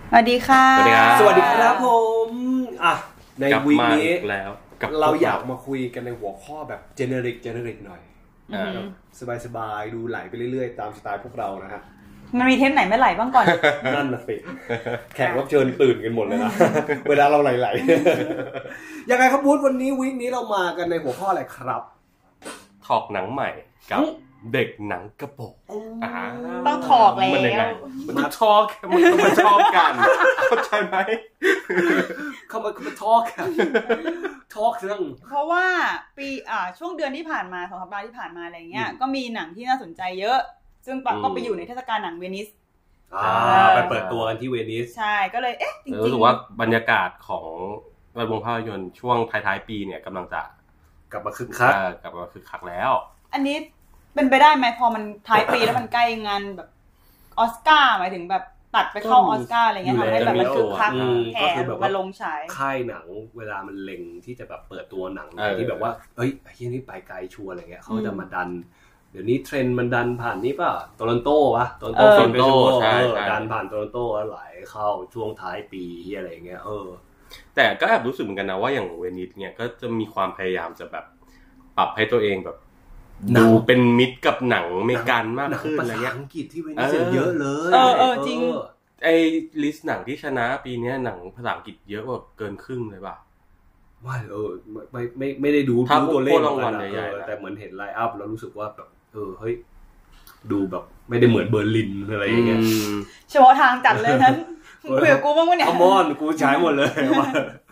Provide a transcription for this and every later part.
สวัสดีค่ะสวัสดีครับผมในวีคนี้แล้วเราอยากมาคุยกันในหัวข้อแบบเจเนริกหน่อยสบายๆดูไหลไปเรื่อยๆตามสไตล์พวกเรานะฮะมันมีเทปไหนไม่ไหลบ้างก่อนนั่นน่ะสิแขกรับเชิญตื่นกันหมดเลยนะเวลาเราไหลๆยังไงครับพูดวันนี้วีคนี้เรามากันในหัวข้ออะไรครับถอกหนังใหม่กับเด็กหนังกระโปรงต้องถอกแล้วมันทอกมันทอกกันเข้าใจไหมเขามาทอกกันทอกเรื่องเพราะว่าปีช่วงเดือนที่ผ่านมา2 สัปดาห์ที่ผ่านมาอะไรเงี้ยก็มีหนังที่น่าสนใจเยอะซึ่งก็ไปอยู่ในเทศกาลหนังเวนิสไปเปิดตัวกันที่เวนิสใช่ก็เลยจริงๆรู้สึกว่าบรรยากาศของแวดวงภาพยนตร์ช่วงท้ายๆปีเนี่ยกำลังจะกลับมาคึกคักแล้วอันนี้เป็นไปได้ไหมพอมันท้ายปีแล้วมันใกล้งานแบบออสการ์หมายถึงแบบตัดไปเข้าออสการ์อะไรเงี้ยทำให้แบบมันคึกคักแห่มาลงฉายค่ายหนังเวลามันเล็งที่จะแบบเปิดตัวหนังที่แบบว่าเฮ้ยไอ้ที่นี่ไปไกลชัวร์อะไรเงี้ยเขาจะมาดันเดี๋ยวนี้เทรนด์มันดันผ่านนี่ป่ะโตรอนโตวะโตรอนโตฟิล์มเฟสติวัลดันผ่านโตรอนโตแล้วไหลเข้าช่วงท้ายปีอะไรเงี้ยแต่ก็แอบรู้สึกเหมือนกันนะว่าอย่างเวนิสเนี่ยก็จะมีความพยายามจะแบบปรับให้ตัวเองแบบดูเป็นมิตรกับหนังอเมริกันมากขึ้นอะไรเงี้ยภาษาอังกฤษที่เวนิสเยอะเลยจริงไอ้ลิสต์หนังที่ชนะปีนี้หนังภาษาอังกฤษเยอะกว่าเกินครึ่งเลยป่ะว่าไม่ได้ดูตัวเลขรางวัลใหญ่ๆแต่เหมือนเห็นไลน์อัพแล้วรู้สึกว่าแบบเฮ้ยดูแบบไม่ได้เหมือนเบอร์ลินอะไรอย่างเงี้ยเฉพาะทางจัดเลยนั้นคุยกับกูบ้างวะเนี่ยคอมอนกูใช้หมดเลยว่า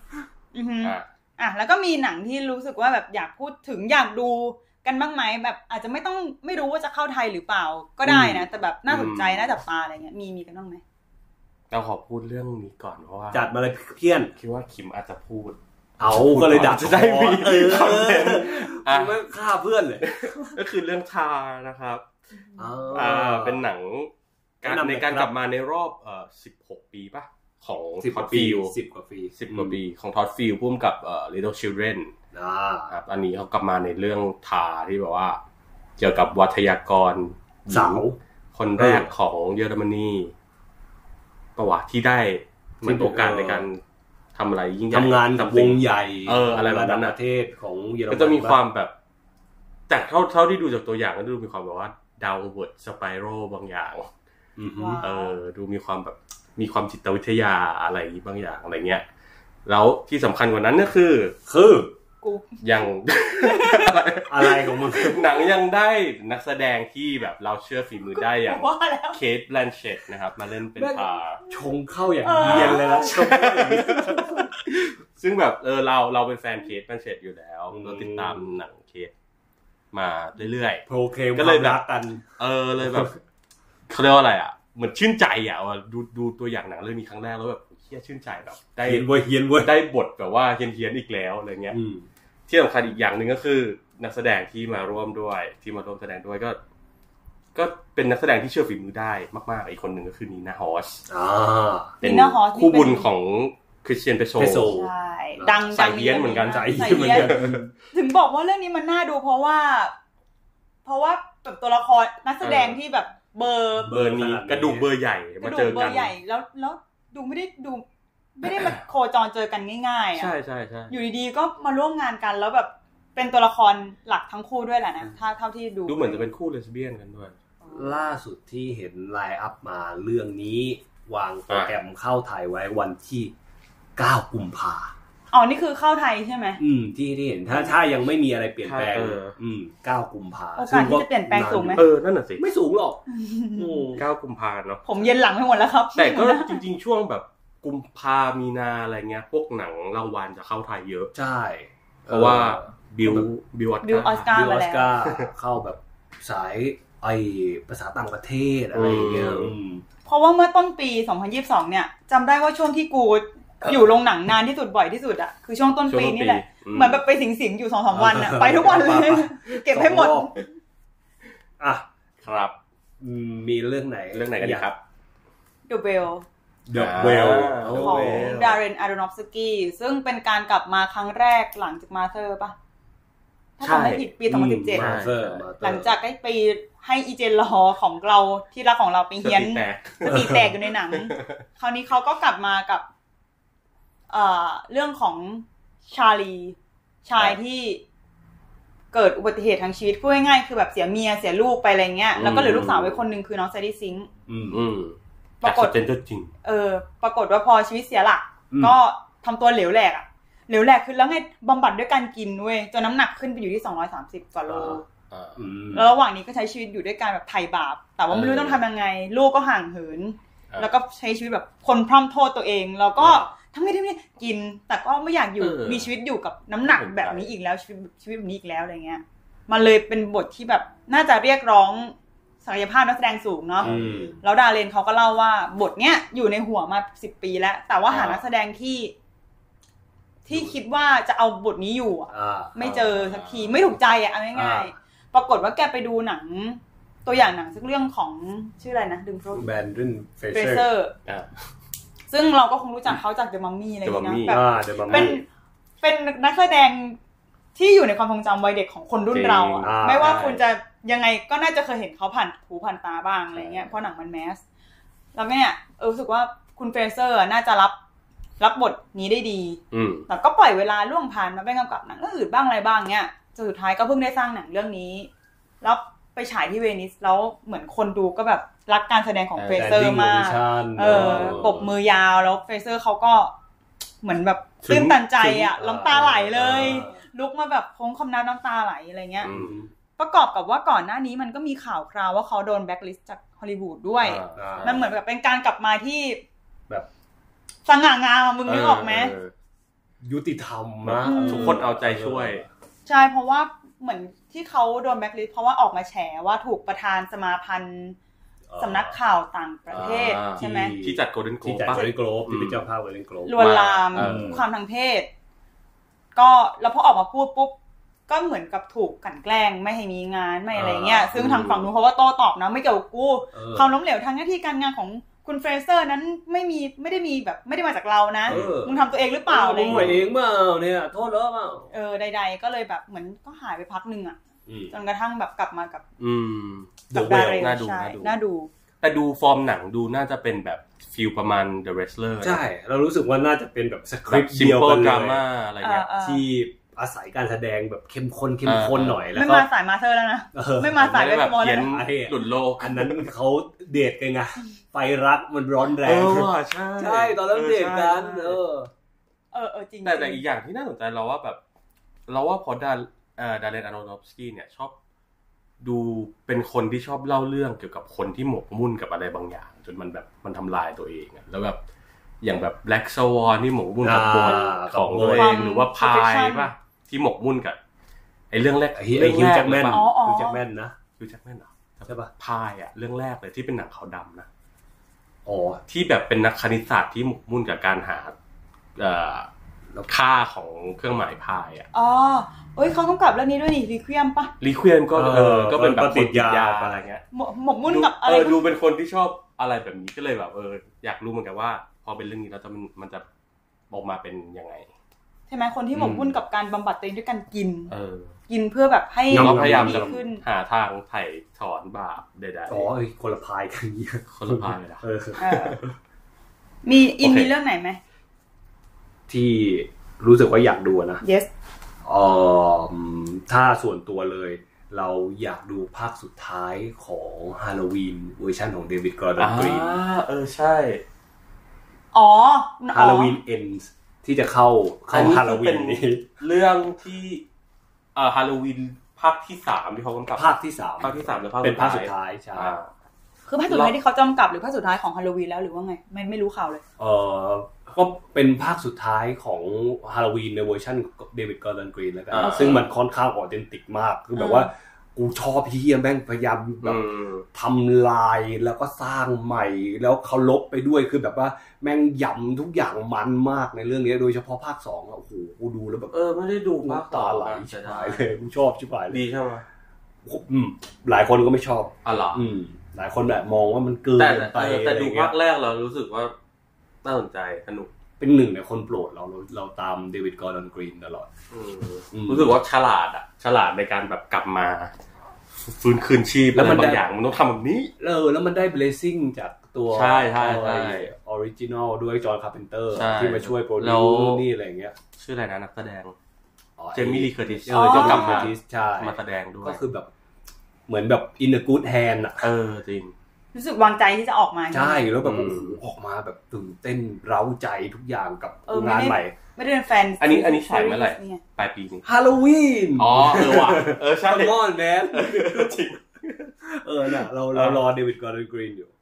แล้วก็มีหนังที่รู้สึกว่าแบบอยากพูดถึงอยากดูกันบ้างไหมแบบอาจจะไม่รู้ว่าจะเข้าไทยหรือเปล่าก็ได้นะแต่แบบน่าสนใจน่าจับตาอะไรเงี้ยมีกันบ้างไหมเราขอพูดเรื่องนี้ก่อนเพราะว่าจัดมาเลยเพี้ยนคิดว่าคิมอาจจะพูดก็เลยดักจะได้มีคอนเทนต์ไม่ฆ่าเพื่อนเลยก็คือเรื่องทานะครับเป็นหนังในการกลับมาในรอบ16 ปีป่ะของท็อดฟิล 10 กว่าปีของท็อดฟิลพุ่มกับLittle Childrenครับอันนี้เขากลับมาในเรื่องทาที่แบบว่าเกี่ยวกับวัทยากรสาวคนแรกของเยอรมนีประวัติที่ได้เหมือนโอกาสในการทำอะไรยิ่งใหญ่ทำงานกับวงใหญ่อะไรแบบนั้นประเทศของเยอรมนีก็จะมีความแบบจากเท่าที่ดูจากตัวอย่างก็ดูมีความแบบว่าดาวเวิร์ดสไปรัลบางอย่างดูมีความแบบมีความจิตวิทยาอะไรบางอย่างอะไรเงี้ยแล้วที่สำคัญกว่านั้นก็คือยังอะไรของมึงหนังยังได้นักแสดงที่แบบเราเชื่อฝีมือได้อย่างเคท แบลนเชตต์นะครับมาเล่นเป็นพาชงเข้าอย่างเย็นเลยนะซึ่งแบบเราเป็นแฟนเคท แบลนเชตต์อยู่แล้วเราติดตามหนังเคทมาเรื่อยๆก็เลยรักกันเลยแบบเขาเรียกว่าอะไรอ่ะเหมือนชื่นใจอ่ะว่าดูตัวอย่างหนังเรื่องนี้ครั้งแรกแล้วแบบเฮียชื่นใจแบบได้เฮียนเว้ยได้บทแบบว่าเฮียนอีกแล้วอะไรเงี้ยที่สำคัญอีกอย่างนึงก็คือนักแสดงที่มาร่วมแสดงด้วยก็เป็นนักแสดงที่เชื่อฝีมือได้มากๆอีกคนนึงก็คือนีน่าฮอสเป็นคู่บุญของคริสเตียนเปโซใช่ดังสายเฮียนเหมือนกันถึงบอกว่าเรื่องนี้มันน่าดูเพราะว่าแบบตัวละครนักแสดงที่แบบเบอร์นี้กระดูกเบอร์ใหญ่มาเจอกันเบอร์ใหญ่แล้วดูไม่ได้มาโคจรเจอกันง่ายๆใช่ๆๆอยู่ดีๆก็มาร่วมงานกันแล้วแบบเป็นตัวละครหลักทั้งคู่ด้วยแหละนะถ้าเท่าที่ดูเหมือนจะเป็นคู่เลสเบี้ยนกันด้วยล่าสุดที่เห็นไลน์อัพมาเรื่องนี้วางโปรแกรมเข้าไทยไว้วันที่9 กุมภาพันธ์นี่คือเข้าไทยใช่ไหมที่เห็นถ้ายังไม่มีอะไรเปลี่ยนแปลง9 กุมภาพันธ์โอกาสที่จะเปลี่ยนแปลงสูงไหมนั่นน่ะสิไม่สูงหรอก 9 กุมภาพันธ์เนาะผมเย็นหลังไปหมดแล้วครับแต่ก็จริงๆช่วงแบบกุมภามีนาอะไรเงี้ยพวกหนังรางวัลจะเข้าไทยเยอะใช่เพราะว่าบิลออสการ์มาแล้วเข้าแบบสายภาษาต่างประเทศอะไรอย่างเงี้ยเพราะว่าเมื่อต้นปี2022เนี่ยจำได้ว่าช่วงที่กูอยู่โรงหนังนานที่สุดบ่อยที่สุดอ่ะคือช่วงต้นปีนี่แหละเหมือนแบบไปสิงอยู่ 2-3 วันอ่ะไปทุกวันเลยเก็บให้หมดครับมีเรื่องไหนกันดีครับ The Whale ของดาเรน อาโรนอฟสกี้ซึ่งเป็นการกลับมาครั้งแรกหลังจากมาเธอร์ป่ะถ้าจำไม่ผิดปี2017หลังจากได้ไปให้อีเจนรอของเราที่รักของเราไปเฮี้ยนสติแตกอยู่ในหนังคราวนี้เขาก็กลับมากับเรื่องของชาลีชายที่เกิดอุบัติเหตุทางชีวิตพูดง่ายๆคือแบบเสียเมียเสียลูกไปอะไรเงี้ยแล้วก็เหลือลูกสาวไว้คนนึงคือน้องแซดดี้ซิงค์ปรากฏเป็นจริงปรากฏว่าพอชีวิตเสียหลักก็ทำตัวเหลวแหลกคือแล้วไงบำบัดด้วยการกินเว้ยจนน้ำหนักขึ้นไปอยู่ที่230กว่าโลแล้วระหว่างนี้ก็ใช้ชีวิตอยู่ด้วยการแบบไถ่บาปแต่ว่าไม่รู้ต้องทำยังไงลูกก็ห่างเหินแล้วก็ใช้ชีวิตแบบคนพร่ำโทษตัวเองแล้วก็ทำไงกินแต่ก็ไม่อยากอยู่มีชีวิตอยู่กับน้ำหนักแบบนี้อีกแล้วชีวิตแบบนี้อีกแล้วอะไรเงี้ยมันเลยเป็นบทที่แบบน่าจะเรียกร้องศักยภาพนักแสดงสูงเนาะแล้วดาเรนเขาก็เล่าว่าบทเนี้ยอยู่ในหัวมา10 ปีแล้วแต่ว่าหานักแสดงที่คิดว่าจะเอาบทนี้อยู่ไม่เจอสักทีไม่ถูกใจเอาง่ายๆปรากฏว่าแกไปดูหนังตัวอย่างหนังสักเรื่องของชื่ออะไรนะดึงโปรแบนด เฟเซอร์ซึ่งเราก็คงรู้จักเขาจาก The Mummy อะไรอย่างเงี้ยแบบเป็นนักแสดงที่อยู่ในความทรงจำวัยเด็กของคนรุ่นเราไม่ว่าคุณจะยังไงก็น่าจะเคยเห็นเขาผ่านหูผ่านตาบ้างอะไรเงี้ยเพราะหนังมันแมสแล้วเนี่ยรู้สึกว่าคุณเฟเซอร์น่าจะรับบทนี้ได้ดีแต่ก็ปล่อยเวลาล่วงผ่านมาไปกำกับหนังอื่นบ้างอะไรบ้างเงี้ยจนสุดท้ายก็เพิ่งได้สร้างหนังเรื่องนี้แล้วไปฉายที่เวนิสแล้วเหมือนคนดูก็แบบรักการแสดงของเฟเซอร์มากปรบมือยาวแล้วเฟเซอร์เขาก็เหมือนแบบตื้นตันใจน้ำตาไหลเลยลุกมาแบบโค้งคำนับน้ำตาไหลอะไรเงี้ยประกอบกับว่าก่อนหน้านี้มันก็มีข่าวคราวว่าเขาโดนแบล็คลิสต์จากฮอลลีวูดด้วยมันเหมือนแบบเป็นการกลับมาที่แบบสง่างามมึงนึกออกไหมยุติธรรมนะทุกคนเอาใจช่วยใช่เพราะว่าเหมือนที่เขาโดนแบล็คลิสต์เพราะว่าออกมาแฉว่าถูกประธานสมาพันธ์สำนักข่าวต่างประเทศใช่ไหมที่จัดโกลเด้นโกลบที่เป็นเจ้าภาพโกลเด้นโกลบลวนลามความทางเพศก็แล้วพอออกมาพูดปุ๊บก็เหมือนกับถูกกลั่นแกล้งไม่ให้มีงานไม่อะไรเงี้ยซึ่งทางฝั่งนู้นเขาก็โต้ตอบนะไม่เกี่ยวกับกูความล้มเหลวทางหน้าที่การงานของคุณเฟรเซอร์นั้นไม่ได้มีแบบไม่ได้มาจากเรานะมึงทำตัวเองหรือเปล่าอะไรเองเปล่าเนี่ยโทษแล้วเปล่าใดๆก็เลยแบบเหมือนก็หายไปพักนึงจนกระทั่งแบบกลับมากับดาเรนน่าดูแต่ดูฟอร์มหนังดูน่าจะเป็นแบบฟีลประมาณ The Wrestler ใช่เรารู้สึกว่าน่าจะเป็นแบบสคริปต์เดียวกันเลยอะไรเงี้ยที่อาศัยการแสดงแบบเข้มข้นหน่อยแล้วก็ไม่มาสายมาเธอแล้วนะไม่มาสายแบบมอแล้วหลุดโลกอันนั้นเขาเดทกันไงไฟรักมันร้อนแรงใช่ตอนนั้นเดทกันจริงแต่อีกอย่างที่น่าสนใจเราว่าพอดาเรน อาโรนอฟสกี้เนี่ยชอบดูเป็นคนที่ชอบเล่าเรื่องเกี่ยวกับคนที่หมกมุ่นกับอะไรบางอย่างจนมันแบบมันทำลายตัวเองแล้วแบบอย่างแบบ Black Swan ที่หมกมุ่นกับบทของตัวเองหรือว่าพายป่ะที่หมกมุ่นกับไอ้เรื่องแรกฮิวจ์แจ็คแมนฮิวจ์แจ็คแมนนะฮิวจ์แจ็คแมนเหรอใช่ป่ะพายเรื่องแรกเลยที่เป็นหนังขาวดำนะที่แบบเป็นนักคณิตศาสตร์ที่หมกมุ่นกับการหาค่าของเครื่องหมายพายเขากำกับเรื่องนี้ด้วยนี่รีควียมป่ะรีควียมก็เป็นแบบติดยาอะไรเงี้ยหมกมุ่นกับอะไรดูเป็นคนที่ชอบอะไรแบบนี้ก็เลยแบบอยากรู้เหมือนกันว่าพอเป็นเรื่องนี้แล้วมันจะออกมาเป็นยังไงใช่ไหมคนที่หมกมุ่นกับการบำบัดตัวเองด้วยการกินกินเพื่อแบบให้พยายามจะหาทางไถ่ถอนบาปใดๆคนละพายกันเยอะคนละพายเลยนะมีเรื่องไหนไหมที่รู้สึกว่าอยากดูนะ yes ถ้าส่วนตัวเลยเราอยากดูภาคสุดท้ายของฮาโลวีนเวอร์ชันของเดวิด กอร์ดอน กรีนใช่ฮาโลวีนเอ็นด์ที่จะเข้าฮาโลวีนนี้เรื่องที่ฮาโลวีนภาคที่3ที่เขากำกับภาคที่3 แล้วเป็นภาคสุดท้ายใช่คือภาคสุดท้ายที่เขากำกับหรือภาคสุดท้ายของฮาโลวีนแล้วหรือว่าไงไม่รู้ข่าวเลยก็เป็นภาคสุดท้ายของฮาโลวีนในเวอร์ชันเดวิด กอร์ดอน กรีนแล้วกันซึ่งมันค่อนข้างออเทนติกมากคือแบบว่ากูชอบพี่แม่งพยายามแบบทำลายแล้วก็สร้างใหม่แล้วเขาลบไปด้วยคือแบบว่าแม่งยำทุกอย่างมันมากในเรื่องนี้โดยเฉพาะภาค2โอ้โหกูดูแล้วแบบไม่ได้ดูภาคตาไหลชิบหายเลยกูชอบชิบหายเลยดีใช่ไหมหลายคนก็ไม่ชอบเหรอหลายคนแบบมองว่ามันเกินไปแต่ดูภาคแรกเรารู้สึกว่าน่าสนใจสนุกเป็นหนึ่งในคนโปรดเราตามเดวิดกอร์ดอนกรีนตลอดรู้สึกว่าฉลาดในการแบบกลับมาฟื้นคืนชีพแล้วบางอย่างมันต้องทำแบบนี้แล้วมันได้ blessing จากตัวใช่ออริจินอลด้วยจอห์นคาร์เพนเตอร์ที่มาช่วยโปรดิวซ์นี่อะไรอย่างเงี้ยชื่ออะไรนะนักแสดงเจมี่ลีเคอร์ติสก็กลับมาแสดงด้วยก็คือแบบเหมือนแบบ in a good hand อ่ะจริงรู้สึกวางใจที่จะออกมาใช่แล้วแบบโอ้โหออกมาแบบตื่นเต้นเร้าใจทุกอย่างกับงานใหม่ไม่ได้เป็นแฟนอันนี้ฉายเมื่อไหร่ปลายปีนี้ฮาโลวีนว่ะใช่มอนแมนจริงน่ะเรารอเดวิดกอร์ดอนกรีนอยู่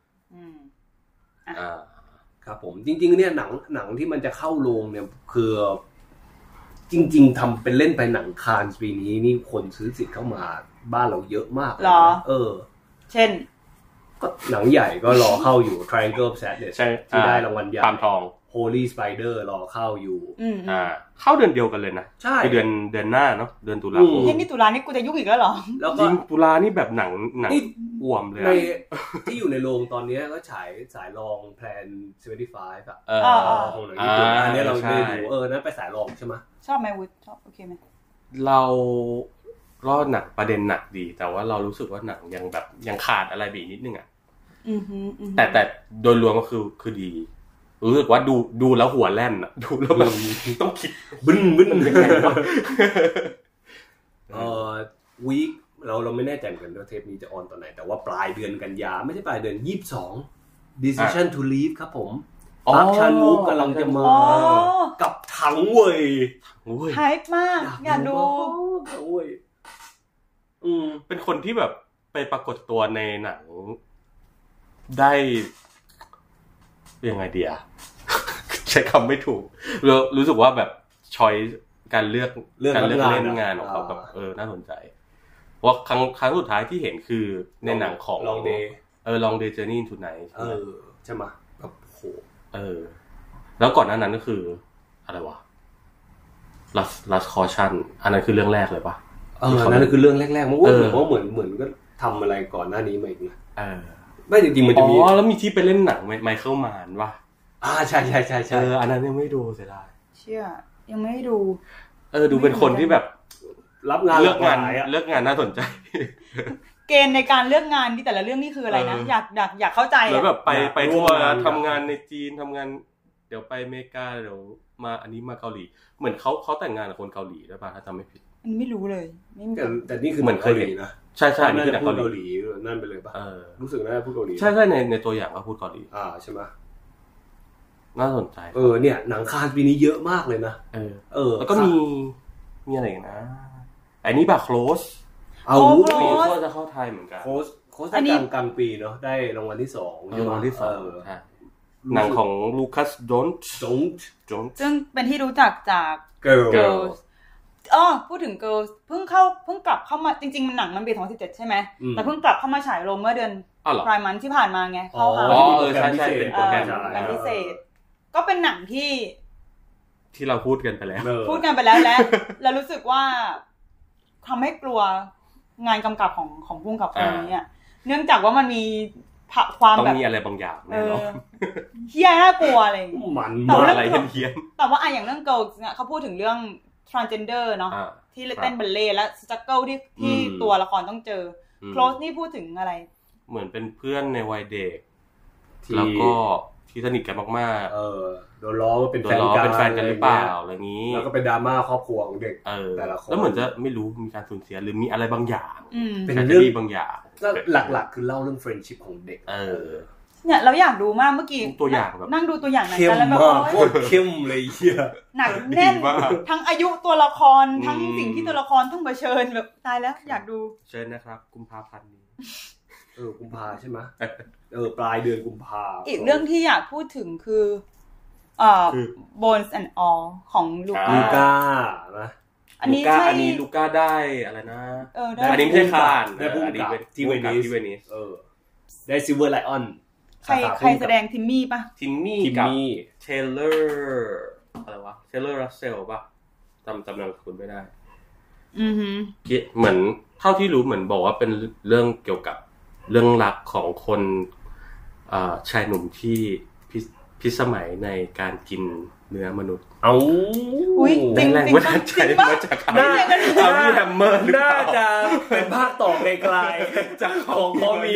ครับผมจริงๆเนี่ยหนังที่มันจะเข้าโรงเนี่ยคือจริงๆทำเป็นเล่นไปหนังคานส์ปีนี้นี่คนซื้อสิทธิ์เข้ามาบ้านเราเยอะมากเหรอเช่นก็หนังใหญ่ก็รอเข้าอยู่ Triangle of Sadness ที่ได้รางวัลใหญ่ปาล์มทอง Holy Spider รอเข้าอยู่เข้าเดือนเดียวกันเลยนะคือเดือนหน้าเนาะเดือนตุลาคมนี่ตุลานี่กูจะยุ่งอีกแล้วเหรอแล้วก็ตุลานี่แบบหนังอ่วมเลยที่อยู่ในโรงตอนนี้ก็ฉายสายรอง Plan 75อ่ะของหนังญี่ปุ่นอันนี้เราได้ดูนั้นไปสายรองใช่ไหมชอบไหมวุฒิชอบโอเคไหมเราก็หนักประเด็นหนักดีแต่ว่าเรารู้สึกว่าหนังยังขาดอะไรบีนิดนึงอ่ะแต่โดยรวมก็คือดีรู้สึกว่าดูแล้วหัวแล่นอ่ะดูแล้วแบบต้องคิดบึ้นยังไงวะวีคเราไม่แน่ใจเหมือนกันว่าเทปนี้จะออนตอนไหนแต่ว่าปลายเดือนกันยาไม่ใช่ปลายเดือน22 Decision to Leave ครับผมปักชันวูกำลังจะมากับถังเว่ยไฮป์มากอยากดูเป็นคนที่แบบไปปรากฏตัวในหนังได้ยังไงดีอะใช้คำไม่ถูกรู้สึกว่าแบบช้อยการเลือกเล่นงานของเขาแบบน่าสนใจว่าครั้งสุดท้ายที่เห็นคือในหนังของ Long Day Journey into Night ใช่ไหมแบบโหแล้วก่อนหน้านั้นก็คืออะไรวะ Last Caution อันนั้นคือเรื่องแรกเลยปะนั่นคือเรื่องแรกๆมันว่าเหมือนก็ทำอะไรก่อนหน้านี้มาอีกนะไม่จริงๆมันจะมีแล้วมีที่ไปเล่นหนังไมเคิลมานว่ะใช่อันนั้นยังไม่ดูเสียดายเชื่อยังไม่ดูดูเป็นคนที่แบบรับงานเลือกงานน่าสนใจเกณฑ์ในการเลือกงานที่แต่ละเรื่องนี่คืออะไรนะอยากเข้าใจแล้วแบบไปทั่วทำงานในจีนทำงานเดี๋ยวไปอเมริกาเดี๋ยวมาอันนี้มาเกาหลีเหมือนเขาแต่งงานกับคนเกาหลีได้ป่ะถ้าจำไม่ผิดไม่รู้เลยแต่นี่คือเหมือนเกาหลีนะใช่ๆนี่คือเกาหลีนั่นไปเลยป่ะรู้สึกน่าพูดเกาหลีใช่ๆในตัวอย่างก็พูดเกาหลีใช่มั้ยน่าสนใจเนี่ยหนังคานปีนี้เยอะมากเลยนะแล้วก็มีอะไรกันนะอันนี้แบบโคลสก็จะเข้าไทยเหมือนกันโคสได้กลางปีเนาะได้รางวัลที่2 รางวัลที่2หนังของลูคัสโดนต์ซึ่งเป็นที่รู้จักจาก Girls พูดถึง Girls เพิ่งกลับเข้ามาจริงๆมันหนังมันปี2017ใช่ไหมแต่เพิ่งกลับเข้ามาฉายโรงเมื่อเดือนปลายมันที่ผ่านมาไงเข้าหาใช่เป็นโปรแกรมพิเศษก็เป็นหนังที่เราพูดกันไปแล้วและเรารู้สึกว่าทำให้กลัวงานกำกับของพุ่งกับคนนี้เนื่องจากว่ามันมีความแบบต้องมีอะไรบางอย่างแน่นอนเฮี้ยน่ากลัวอะไรมันอะไรเฮี้ยแต่ว่าอย่างเรื่อง Girls เนี่ยเขาพูดถึงเรื่อง transgender เนาะที่เต้นบัลเล่ต์และ struggle ที่ตัวละครต้องเจอ Close นี่พูดถึงอะไรเหมือนเป็นเพื่อนในวัยเด็กแล้วก็ที่สนิทกันมากโดนล้อว่าเป็นแฟนกันหรือเปล่าอะไรอย่างนี้แล้วก็เป็นดราม่าครอบครัวของเด็กแต่ละคนแล้วเหมือนจะไม่รู้มีการสูญเสียหรือมีอะไรบางอย่างเป็นเรื่องบางอย่างก็หลักๆคือเล่าเรื่อง friendship ของเด็กเนี่ยเราอยากดูมากเมื่อกี้ตัวอย่างแบบนั่งดูตัวอย่างหนังกันแล้วแบบโคตรเข้มเลยเหี้ยหนักแน่นทั้งอายุตัวละครทั้งสิ่งที่ตัวละครต้องเผชิญแบบตายแล้วอยากดูเชิญนะครับกุมภาพันธ์นี้กุมภาใช่ไหมปลายเดือนกุมภาอีกเรื่องที่อยากพูดถึงคือBones and All ของลูก้านะอันนี้ลูก้าได้อะไรนะอันนี้ไม่ใช่คานได้ผู้กำกับที่เวนิสได้ซิลเวอร์ไลออนใครแสดงทิมมี่ป่ะทิมมี่กับเทเลอร์อะไรวะเทเลอร์รัสเซลป่ะจำนามสกุลไม่ได้เหมือนเท่าที่รู้เหมือนบอกว่าเป็นเรื่องเกี่ยวกับเรื่องรักของคนชายหนุ่มที่พิสมัยในการกินเนื้อมนุษย์จริงๆมาจากอาร์มี่แฮมเมอร์น่าจะเป็นภาคต่อไกลๆจากของคอมี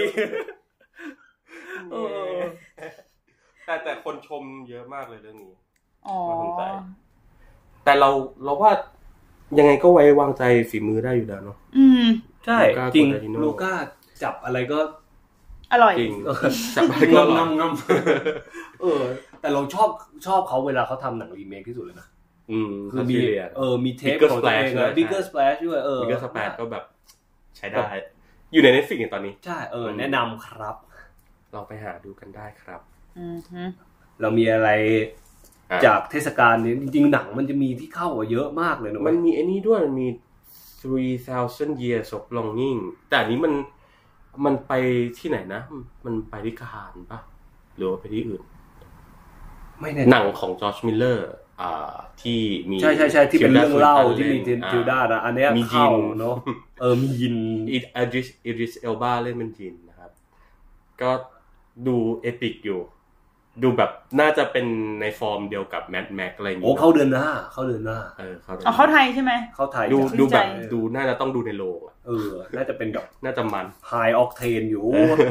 แต่คนชมเยอะมากเลยเรื่องนี้น่าสนใจแต่เราว่ายังไงก็ไว้วางใจฝีมือได้อยู่แล้วเนาะใช่จริงลูก้าจับอะไรก็อร่อยจริงจับงำแต่เราชอบเขาเวลาเขาทำหนังรีเมคที่สุดเลยนะคือมีเทปของตัวเองนะ Bigger Splash ด้วย Bigger Splash ก็แบบใช้ได้อยู่ใน Netflix ตอนนี้ใช่แนะนำครับลองไปหาดูกันได้ครับเรามีอะไรจากเทศกาลนี้จริงๆหนังมันจะมีที่เข้าเยอะมากเลยนะมันมีไอ้นี่ด้วยมันมี 3,000 Years of Longing แต่อันนี้มันไปที่ไหนนะมันไปที่คานป่ะหรือว่าไปที่อื่นไม่แน่หนังของจอร์จมิลเลอร์ที่มีใช่ๆที่เป็นเรื่องเล่าที่มีทิลดานะอันนี้เข้าเนาะมียินอิดริสเอลบาเล่นเป็นจินนะครับก็ดูเอปิกอยู่ดูแบบน่าจะเป็นในฟอร์มเดียวกับแมดแม็กอะไรอย่างงี้เข้าเดือนหน้าเข้าไทยใช่ไหมเข้าไทยดูแบบดูน่าจะต้องดูในโรงน่าจะเป็นแบบน่าจะมันไฮออกเทนอยู่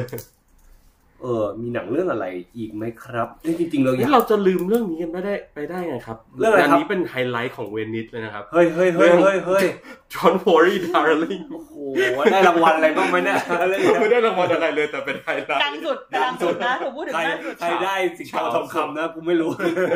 มีหนังเรื่องอะไรอีกไหมครับจริงๆเราจะลืมเรื่องนี้กันไปได้ไงครับเรื่องอะไรครับอันนี้เป็นไฮไลท์ของเวนิสเลยนะครับเฮ้ย Don't worry darling โอ้โหได้รางวัลอะไรบ้างไหมเนี่ยไม่ได้รางวัลอะไรเลยแต่เป็นไฮไลท์ดังสุดนะถูกพูดถึงดังสุดใครได้สิงโตทองคำนะกูไม่รู้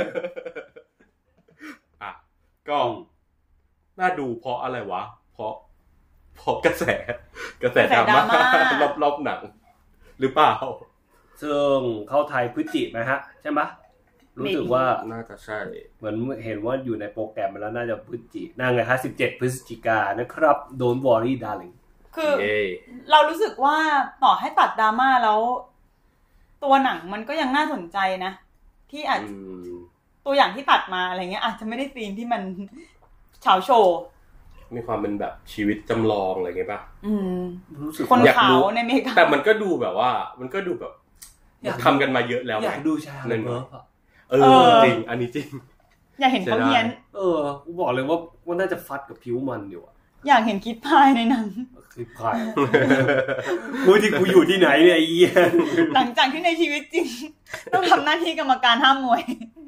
ก็น่าดูเพราะอะไรวะเพราะกระแสดราม่ารอบหนังหรือเปล่าซึ่งเข้าไทยพฤศจิกายนนะฮะใช่ไหมรู้สึกว่าน่าจะใช่เหมือนเห็นว่าอยู่ในโปรแกรมมาแล้วน่าจะพฤศจิกายนนั่งไงฮะ17พฤศจิกายนนะครับ Don't worry darling คือเรารู้สึกว่าต่อให้ตัดดราม่าแล้วตัวหนังมันก็ยังน่าสนใจนะที่อาจตัวอย่างที่ตัดมาอะไรเงี้ยอาจจะไม่ได้ซีนที่มันเฉาโชว์มีความเป็นแบบชีวิตจำลองอะไรเงี้ยป่ะรู้สึกคนขาวในอเมริกาแต่มันก็ดูแบบว่ามันก็ดูแบบทำกันมาเยอะแล้วอยากดูชาเลนเนอร์จริงอันนี้จริงอยากเห็นเขาเฮียนกูบอกเลยว่าน่าจะฟัดกับผิวมันอยู่อยากเห็นคิดพายในหนังคิดพายกูอยู่ที่ไหนเนี่ยไอ้เหี้ยหลังจากที่ในชีวิตจริงต้องทำหน้าที่กรรมการห้ามมวย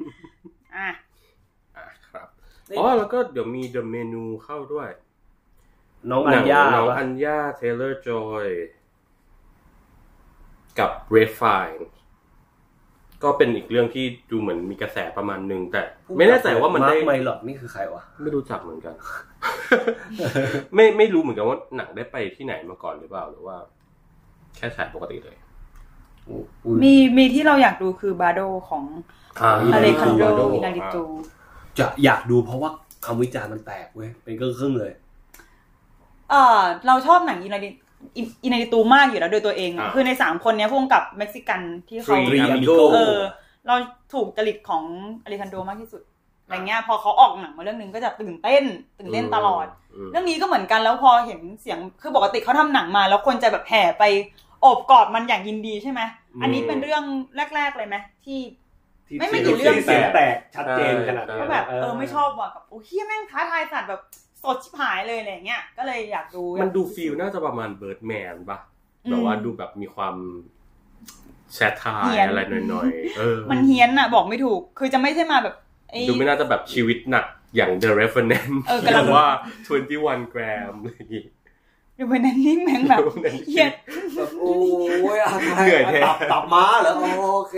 ครับแล้วก็เดี๋ยวมี The Menu เข้าด้วยน้องอัญญาเทเลอร์จอยกับ Red Fine ก็เป็นอีกเรื่องที่ดูเหมือนมีกระแสประมาณนึงแต่ไม่แน่ใจว่ามันได้ไม่หรอกนี่คือใครวะไม่รู้จักเหมือนกัน ไม่รู้เหมือนกันว่าหนังได้ไปที่ไหนมาก่อนหรือเปล่าหรือว่าแค่ฉายปกติเลยมีที่เราอยากดูคือบาโดของอเลคันโด อินาริตูจะอยากดูเพราะว่าคำวิจารณ์มันแตกเว้ยเป็นครึ่งเลยเราชอบหนังอินาริตูมากอยู่แล้วโดยตัวเองคือใน3คนนี้พวกกับเม็กซิกันที่เขาเราถูกจริตของอเลคันโดมากที่สุดอะไรเงี้ยพอเขาออกหนังมาเรื่องนึงก็จะตื่นเต้นตลอดเรื่องนี้ก็เหมือนกันแล้วพอเห็นเสียงคือปกติเขาทำหนังมาแล้วคนจะแบบแห่ไปโอบกอดมันอย่างยินดีใช่ไหมอันนี้เป็นเรื่องแรกๆเลยไหมที่ไม่กี่เรื่องแตกชัดเจนขนาดนี้แบบไม่ชอบว่ะกับโอ้เฮียแม่งท้าทายสัตว์แบบสดชิบหายเลยอะไรเงี้ยก็เลยอยากดูมันดูฟีลน่าจะประมาณเบิร์ดแมนป่ะแบบว่าดูแบบมีความแซทไทร์อะไรหน่อยๆมันเฮี้ยนอ่ะบอกไม่ถูกคือจะไม่ใช่มาแบบดูไม่น่าจะแบบชีวิตหนักอย่าง The Revenant หรือว่า21 gram อะไรอย่างงี้ดูเป็นนั่นนี่แม่งแบบเฮี้ยนโอ้ยเหนื่อยแท้ตับม้าเหรอโอเค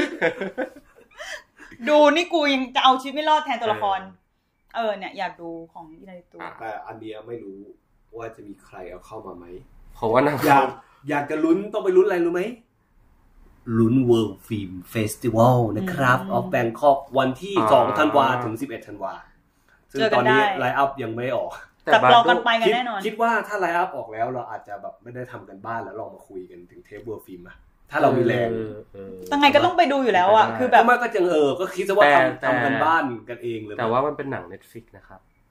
ดูนี่กูยังจะเอาชีวิตไม่รอดแทนตัวละครเนี่ยอยากดูของอินาริตูแต่อันเนี้ยไม่รู้ว่าจะมีใครเอาเข้ามาไหมเพราะว่าอยากจะลุ้นต้องไปลุ้นอะไรรู้ไหมลุ้น World Film Festival นะครับออฟแบงคอกวันที่2ธันวาถึง11ธันวาซึ่งตอนนี้ไลน์อัพยังไม่ออกแต่รอกันไปกันแน่นอนคิดว่าถ้าไลน์อัพออกแล้วเราอาจจะแบบไม่ได้ทำกันบ้านแล้วลองมาคุยกันถึงเทป World Film อะถ้าเรามีแรงยังไงก็ต้องไปดูอยู่แล้วอ่ะคือแบบมันก็จังก็คิดซะว่าทำกันบ้านกันเองเลยแต่ว่ามันเป็นหนัง Netflix นะครับ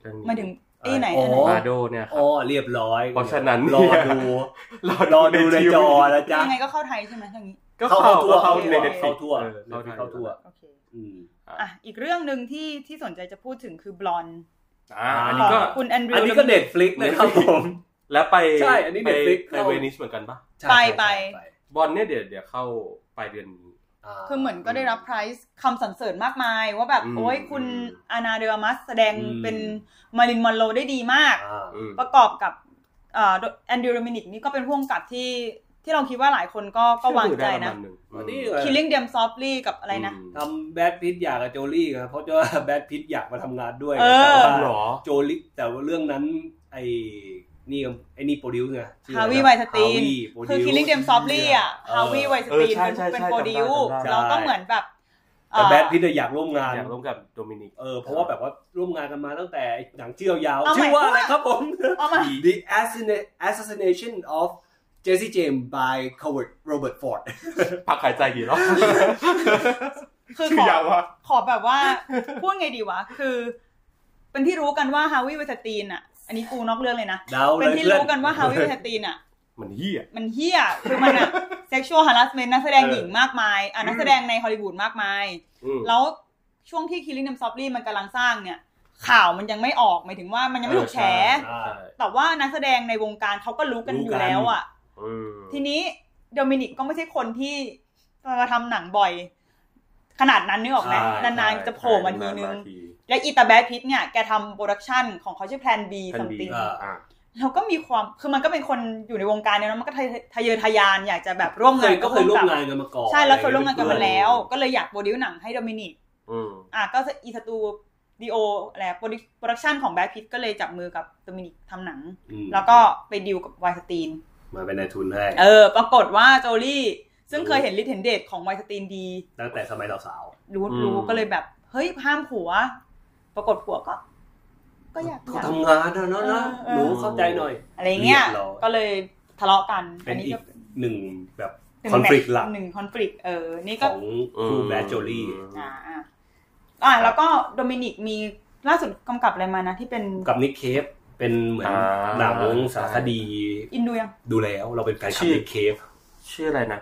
มาถึงไหนมาโดเนี่ยครับเรียบร้อยเพราะฉะนั้นรอดูในจอแล้วจ้ะยังไงก็เข้าไทยใช่ไหมทางนี้ก็เข้าใน Netflix เข้าทั่วโอเคอีกเรื่องนึงที่สนใจจะพูดถึงคือบลอนอันนี้ก็คุณแอนดรูว์อันนี้ก็ Netflix เลยครับผมแล้วไปใช่อันนี้ Netflix ไปเวนิสเหมือนกันป่ะไปบอลเนี่ยเดี๋ยวเข้าปลายเดือนนี้คือเหมือนก็ได้รับไพรส์คำสรรเสริญมากมายว่าแบบโอ้ยคุณอานาเดอมัสแสดงเป็นมารินมอนโรได้ดีมากประกอบกับแอนดรูว์ โดมินิกนี่ก็เป็นผู้กำกับที่เราคิดว่าหลายคนก็วางใจนะ Killing Them Softly กับอะไรนะทำแบทพิทอยากกับโจลี่ครับเพราะว่าแบทพิทอยากมาทำงานด้วยแต่ว่าโจลี่แต่ว่าเรื่องนั้นไอ้นี่โปรดิวซ์ไงฮาวิไวสตีนคือ Killing Them Softly อ่ะฮาวิไวสตีนเป็นโปรดิวซ์เราก็เหมือนแบบแต่แบทพิทอยากร่วมงานกับโดมินิกเพราะว่าแบบว่าร่วมงานกันมาตั้งแต่หนังเจี้ยวยาวชื่อว่าอะไรครับผม The Assassination of Jesse James by Coward Robert Ford พักหายใจกี่รอบคือขอแบบว่าพูดไงดีวะคือเป็นที่รู้กันว่าฮาวิไวสตีนอ่ะอันนี้กูนอกเรื่องเลยนะเป็นที่รู้กันว่าฮาวิไวสตีนอ่ะมันเหี้ยคือมันอ่ะ sexual harassment นักแสดงหญิงมากมายนักแสดงในฮอลลีวูดมากมายแล้วช่วงที่ Killing Them Softly มันกำลังสร้างเนี่ยข่าวมันยังไม่ออกหมายถึงว่ามันยังไม่ถูกแฉแต่ว่านักแสดงในวงการเขาก็รู้กันอยู่แล้วอ่ะทีนี้โดมินิกก็ไม่ใช่คนที่มาทำหนังบ่อยขนาดนั้นนึกออกไหมนานๆจะโผล่มาทีนึงและอีตาแบทพิทเนี่ยแกทำโปรดักชั่นของเขาชื่อ Plan B something แล้วก็มีความคือมันก็เป็นคนอยู่ในวงการเนี่ยมันก็ทะเยอทะยานอยากจะแบบร่วมงานก็เคยร่วมงานกันมาก่อนใช่แล้วเคยร่วมงานกันมาแล้วก็เลยอยากโปรดิวหนังให้โดมินิกก็อีสตูดิโออะไรโปรดักชั่นของแบทพิทก็เลยจับมือกับโดมินิกทำหนังแล้วก็ไปดีลกับไวสตีนมาเป็นนายทุนให้ปรากฏว่าโจลี่ซึ่งเคยเห็นฤทธิ์เห็นเดชของไวสตีนดีตั้งแต่สมัยสาวรู้ก็เลยแบบเฮ้ยห้ามผัวปรากฏผัวก็อยากทำงานนะหนูเข้าใจหน่อยอะไรเงี้ยก็เลยทะเลาะกันอันนี้ก็หนึ่งแบบคอนฟลิกต์หลักคอนฟลิกต์นี่ก็ของครูแบทโจลี่แล้วก็โดมินิกมีล่าสุดกำกับอะไรมานะที่เป็นกับนิกเคฟเป็นเหมือนหนังสารคดีอินดูยังดูแล้วเราเป็นแฟนคลับนิกเคฟชื่ออะไรนะ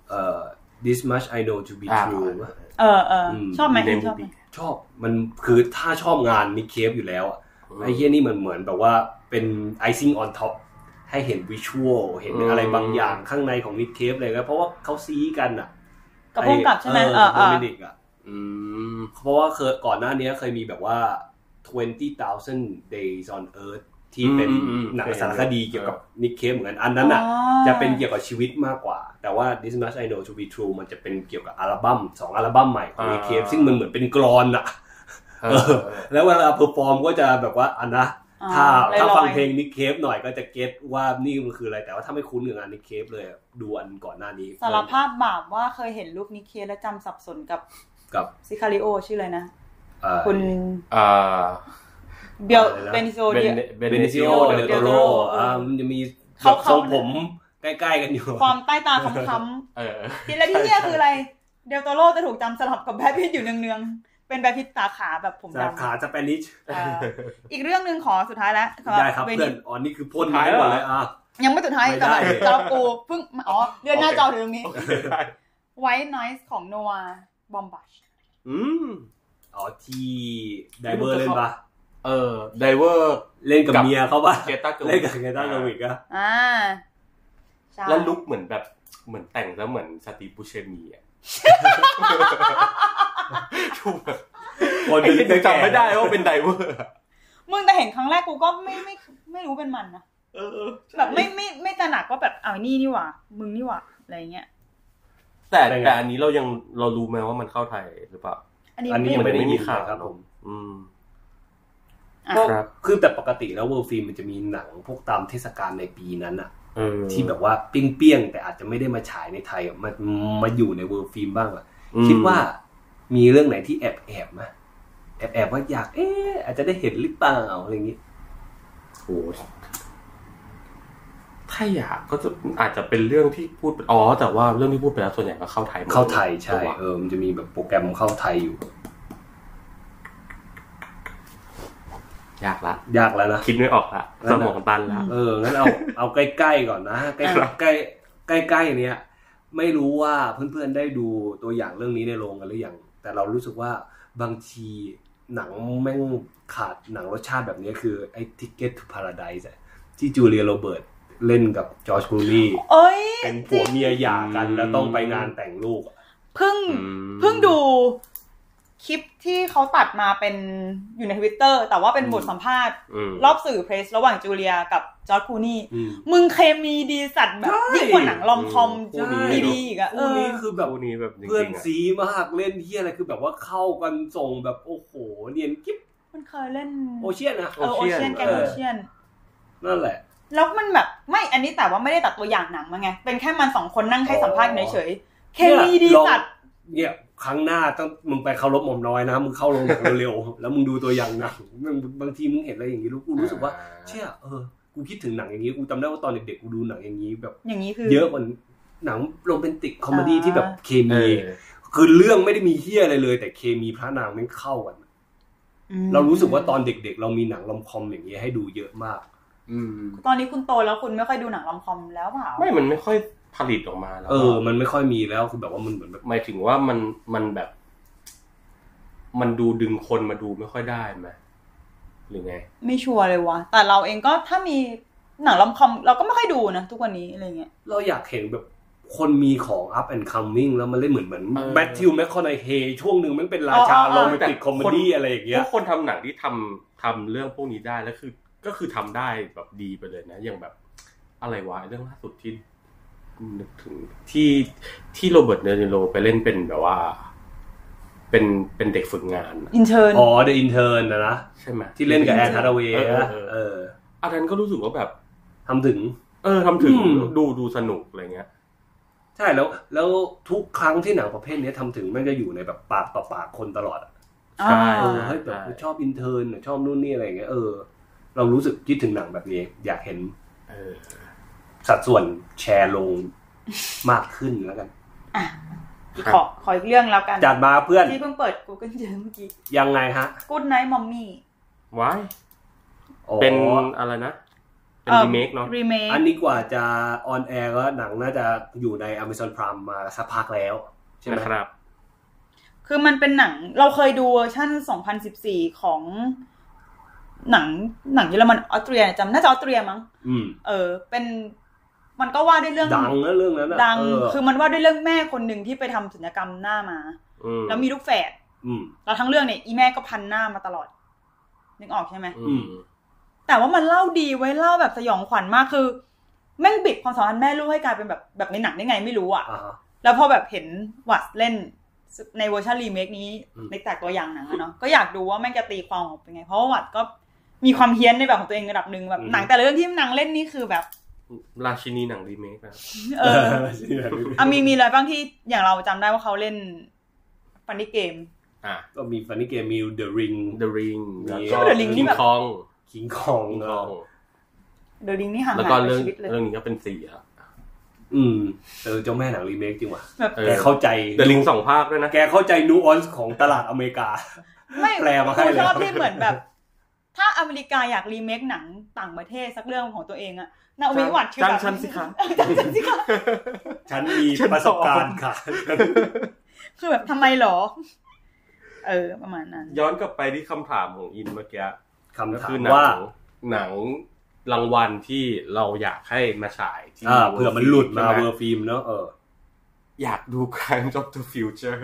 This much I know to be true ชอบไหมชอบมันคือถ้าชอบงานนิกเคฟอยู่แล้วไอ้เหี้ยนี่เหมือนแบบว่าเป็น icing on top ให้เห็นวิชวลเห็นอะไรบางอย่างข้างในของนิกเคฟเลยครับเพราะว่าเขาซีกันอ่ะกับพวกกับใช่ไหมโดมินิกอ่ะเพราะว่าเคยก่อนหน้านี้เคยมีแบบว่า 20,000 Days on Earth ที่เป็นหนังสารคดีเกี่ยวกับนิกเคฟเหมือนกันอันนั้นอ่ะจะเป็นเกี่ยวกับชีวิตมากกว่าแต่ว่า This much I know to be true มันจะเป็นเกี่ยวกับอัลบั้ม2อัลบั้มใหม่ของนิกเคฟซึ่งมันเหมือนเป็นกลอนอ่ะแล้วเวลาเพอร์ฟอร์มก็จะแบบว่าถ้าฟังเพลงนิกเคฟหน่อยก็จะเก็ตว่านี่มันคืออะไรแต่ว่าถ้าไม่คุ้นกับงานนิกเคฟเลยดูอันก่อนหน้านี้สารภาพบาปว่าเคยเห็นรูปนิกเคฟแล้วจำสับสนกับซิคาริโอชื่ออะไรนะคุณเบนิโซเดลโตโรมันจะมีเขาผมใกล้ๆกันอยู่ความใต้ตาค้ำๆทีละที่เนี่ยคืออะไรเดลโตโรจะถูกจำสลับกับแบทพิทอยู่เนืองๆเป็นแบทพิทสาขาแบบผมดำสาขาสเปนิชอีกเรื่องนึงขอสุดท้ายแล้วได้ครับเพื่อนนี่คือพ่นไม้หมดเลยยังไม่สุดท้ายแต่แบบสำหรับกูเพิ่งเดือนหน้าจอถึงตรงนี้ White Noise ของ Noah Baumbach ที่ไดเวอร์เล่นปะไดเวอร์เล่นกับเมียเขาปะเกต้าเกอร์วิกแล้วลุคเหมือนแบบเหมือนแต่งแล้วเหมือนสตีฟบูเชมีอ่ะคนยังจำไม่ได้ว่าเป็นไดเวอร์มึงแต่เห็นครั้งแรกกูก็ไม่รู้เป็นมันนะแบบไม่ตระหนักว่าแบบนี่หว่ามึงนี่หว่าอะไรเงี้ยแต่อันนี้เรารู้ไหมว่ามันเข้าไทยหรือเปล่าอันนี้ยังไม่มีข่าวครับผมคือแต่ปกติแล้วเวิลด์ฟิล์มมันจะมีหนังพวกตามเทศกาลในปีนั้นอ่ะที่แบบว่าเปี้ยงๆแต่อาจจะไม่ได้มาฉายในไทยมาอยู่ในเวิลด์ฟิล์มบ้างอ่ะคิดว่ามีเรื่องไหนที่แอบมั้ยแอบว่าอยากอาจจะได้เห็นหรือเปล่าอะไรอย่างงี้โอ้ถ้าอยากก็จะอาจจะเป็นเรื่องที่พูดแต่ว่าเรื่องที่พูดไปแล้วส่วนใหญ่ก็เข้าไทยใช่มันจะมีแบบโปรแกรมเข้าไทยอยู่ยากแล้วนะคิดไม่ออกละสมองตันละงั้นเอาใกล้ๆก่อนนะใกล้ๆเนี้ยไม่รู้ว่าเพื่อนๆได้ดูตัวอย่างเรื่องนี้ในโรงกันหรือยังแต่เรารู้สึกว่าบางทีหนังแม่งขาดหนังรสชาติแบบนี้คือไอ้ Ticket to Paradise ที่จูเลียโรเบิร์ตเล่นกับจอร์จคลูนี่เป็นผัวเมียหย่ากันแล้วต้องไปงานแต่งลูกเพิ่งดูคลิปที่เขาตัดมาเป็นอยู่ใน Twitter แต่ว่าเป็นบทสัมภาษณ์รอบสื่อเพรสระหว่างจูเลียกับจอร์จคลูนี่มึงเคมีดีสัตว์แบบยิ่งกว่าหนังรอมคอมดีๆอีกอ่ะคู่นี้คือแบบเพื่อนซีมากเล่นเหี้ยอะไรคือแบบว่าเข้ากันส่งแบบโอ้โหเนียนกิ๊บมันเคยเล่นโอเชียนนะโอเชียนแกงโอเชียนนั่นแหละแล้วมันแบบไม่อันนี้แต่ว่าไม่ได้ตัดตัวอย่างหนังมาไงเป็นแค่มัน2คนนั่งให้สัมภาษณ์เฉยๆเคมีดีสัตว์เนี่ยครั้งหน้าต้องมึงไปเคารพหม่อมน้อยนะมึงเข้าโรงหนังเร็วๆแล้วมึงดูตัวอย่างหนังบางทีมึงเห็นอะไรอย่างงี้กูรู้สึกว่าเชี่ยกูคิดถึงหนังอย่างงี้กูจำได้ว่าตอนเด็กๆกูดูหนังอย่างงี้แบบอย่างงี้คือเยอะกว่าหนังโรแมนติกคอมเมดี้ที่แบบเคมีคือเรื่องไม่ได้มีเหี้ยอะไรเลยแต่เคมีพระนางแม่งเข้ากันเรารู้สึกว่าตอนเด็กๆเรามีหนังรอมคอมอย่างงี้ให้ดูเยอะมากตอนนี้คุณโตแล้วคุณไม่ค่อยดูหนังรอมคอมแล้วเปล่าไม่มันไม่ค่อยผลิตออกมาแล้วมันไม่ค่อยมีแล้วคือแบบว่ามันเหมือนแบบหมายถึงว่ามันแบบมันดูดึงคนมาดูไม่ค่อยได้ไหมหรือไงไม่ชัวร์เลยวะแต่เราเองก็ถ้ามีหนังรอมคอมเราก็ไม่ค่อยดูนะทุกวันนี้อะไรเงี้ยเราอยากเห็นแบบคนมีของ up and coming แล้วมันเล่นเหมือนแมทธิวแมคคอนาเฮย์ช่วงนึงมันเป็นราชาโรแมนติกคอมเมดี้อะไรอย่างเงี้ยพวกคนทำหนังที่ทำเรื่องพวกนี้ได้แล้วคือก็คือทำได้แบบดีไปเลยนะอย่างแบบอะไรวะเรื่องล่าสุดที่นึกถึงที่โรเบิร์ตเดนิโรไปเล่นเป็นแบบว่าเป็นเด็กฝึกงานอินเทิร์น The Intern นะใช่ไหมที่เล่นกับแอนฮาร์เวย์อันนั้นก็รู้สึกว่าแบบทำถึงดูสนุกอะไรเงี้ยใช่แล้วทุกครั้งที่หนังประเภทนี้ทำถึงมันจะอยู่ในแบบปากต่อปากคนตลอดใช่เฮ้ยแบบชอบอินเทิร์นชอบนู่นนี่อะไรอย่างเงี้ยเรารู้สึกคิดถึงหนังแบบนี้อยากเห็นสัดส่วนแชร์ลงมากขึ้นแล้วกันขออีกเรื่องแล้วกันจัดมาเพื่อนที่เพิ่งเปิด Google เจอเมื่อกี้ยังไงฮะ Good Night Mommy ว้ายเป็นอะไรนะเป็นรีเมคเนาะอันนี้กว่าจะออนแอร์ก็หนังน่าจะอยู่ใน Amazon Prime มาสักพักแล้วใช่ไหมครับคือมันเป็นหนังเราเคยดูเวอร์ชัน2014ของหนังเยอรมันออสเตรียจำน่าจะออสเตรียมั้งเป็นมันก็ว่าด้วยเรื่องดังนะเรื่องนั้นดังคือมันว่าด้วยเรื่องแม่คนหนึ่งที่ไปทำศัลยกรรมหน้ามาแล้วมีลูกแฝดแล้วทั้งเรื่องเนี่ยอีแม่ก็พันหน้ามาตลอดนึกออกใช่ไหมแต่ว่ามันเล่าดีไว้เล่าแบบสยองขวัญมากคือแม่งบิดความสัมพันธ์แม่ลูกให้กลายเป็นแบบในหนังได้ไงไม่รู้อ่ะแล้วพอแบบเห็นวัตเล่นในเวอร์ชันรีเมคนี้ในแต่ตัวอย่างหนังเนาะก็อยากดูว่าแม่งจะตีความออกเป็นไงเพราะว่าวัตก็มีความเฮี้ยนในแบบของตัวเองระดับนึงแบบหนังแต่ละเรื่องที่นางเล่นนี่คือแบบราชินีหนังรีเมคนะมีอะไรบ้างที่อย่างเราจำได้ว่าเขาเล่นฟันนี่เกมก็มีฟันนี่เกมมี The Ring แล้วก็ King Kong The Ring นี่ห่างหายชีวิตเลยเรื่องนี้ก็เป็น4อ่ะเจ้าแม่หนังรีเมคจริงว่ะแกเข้าใจ The Ring 2 ภาคด้วยนะแกเข้าใจนูออนซ์ของตลาดอเมริกาแปลมาให้เลยชอบที่เหมือนแบบถ้าอเมริกาอยากรีเมคหนังต่างประเทศสักเรื่องของตัวเองอะนาวิวัตคือแบบฉันสิคะฉันมีประสบการณ์ค่ะคือแบบทำไมหรอประมาณนั้นย้อนกลับไปที่คำถามของอินเมื่อกี้คำถามว่าหนังรางวัลที่เราอยากให้มาฉายที่เผื่อมันหลุดมาเวอร์ฟิล์มเนาะอยากดู Crimes of the Future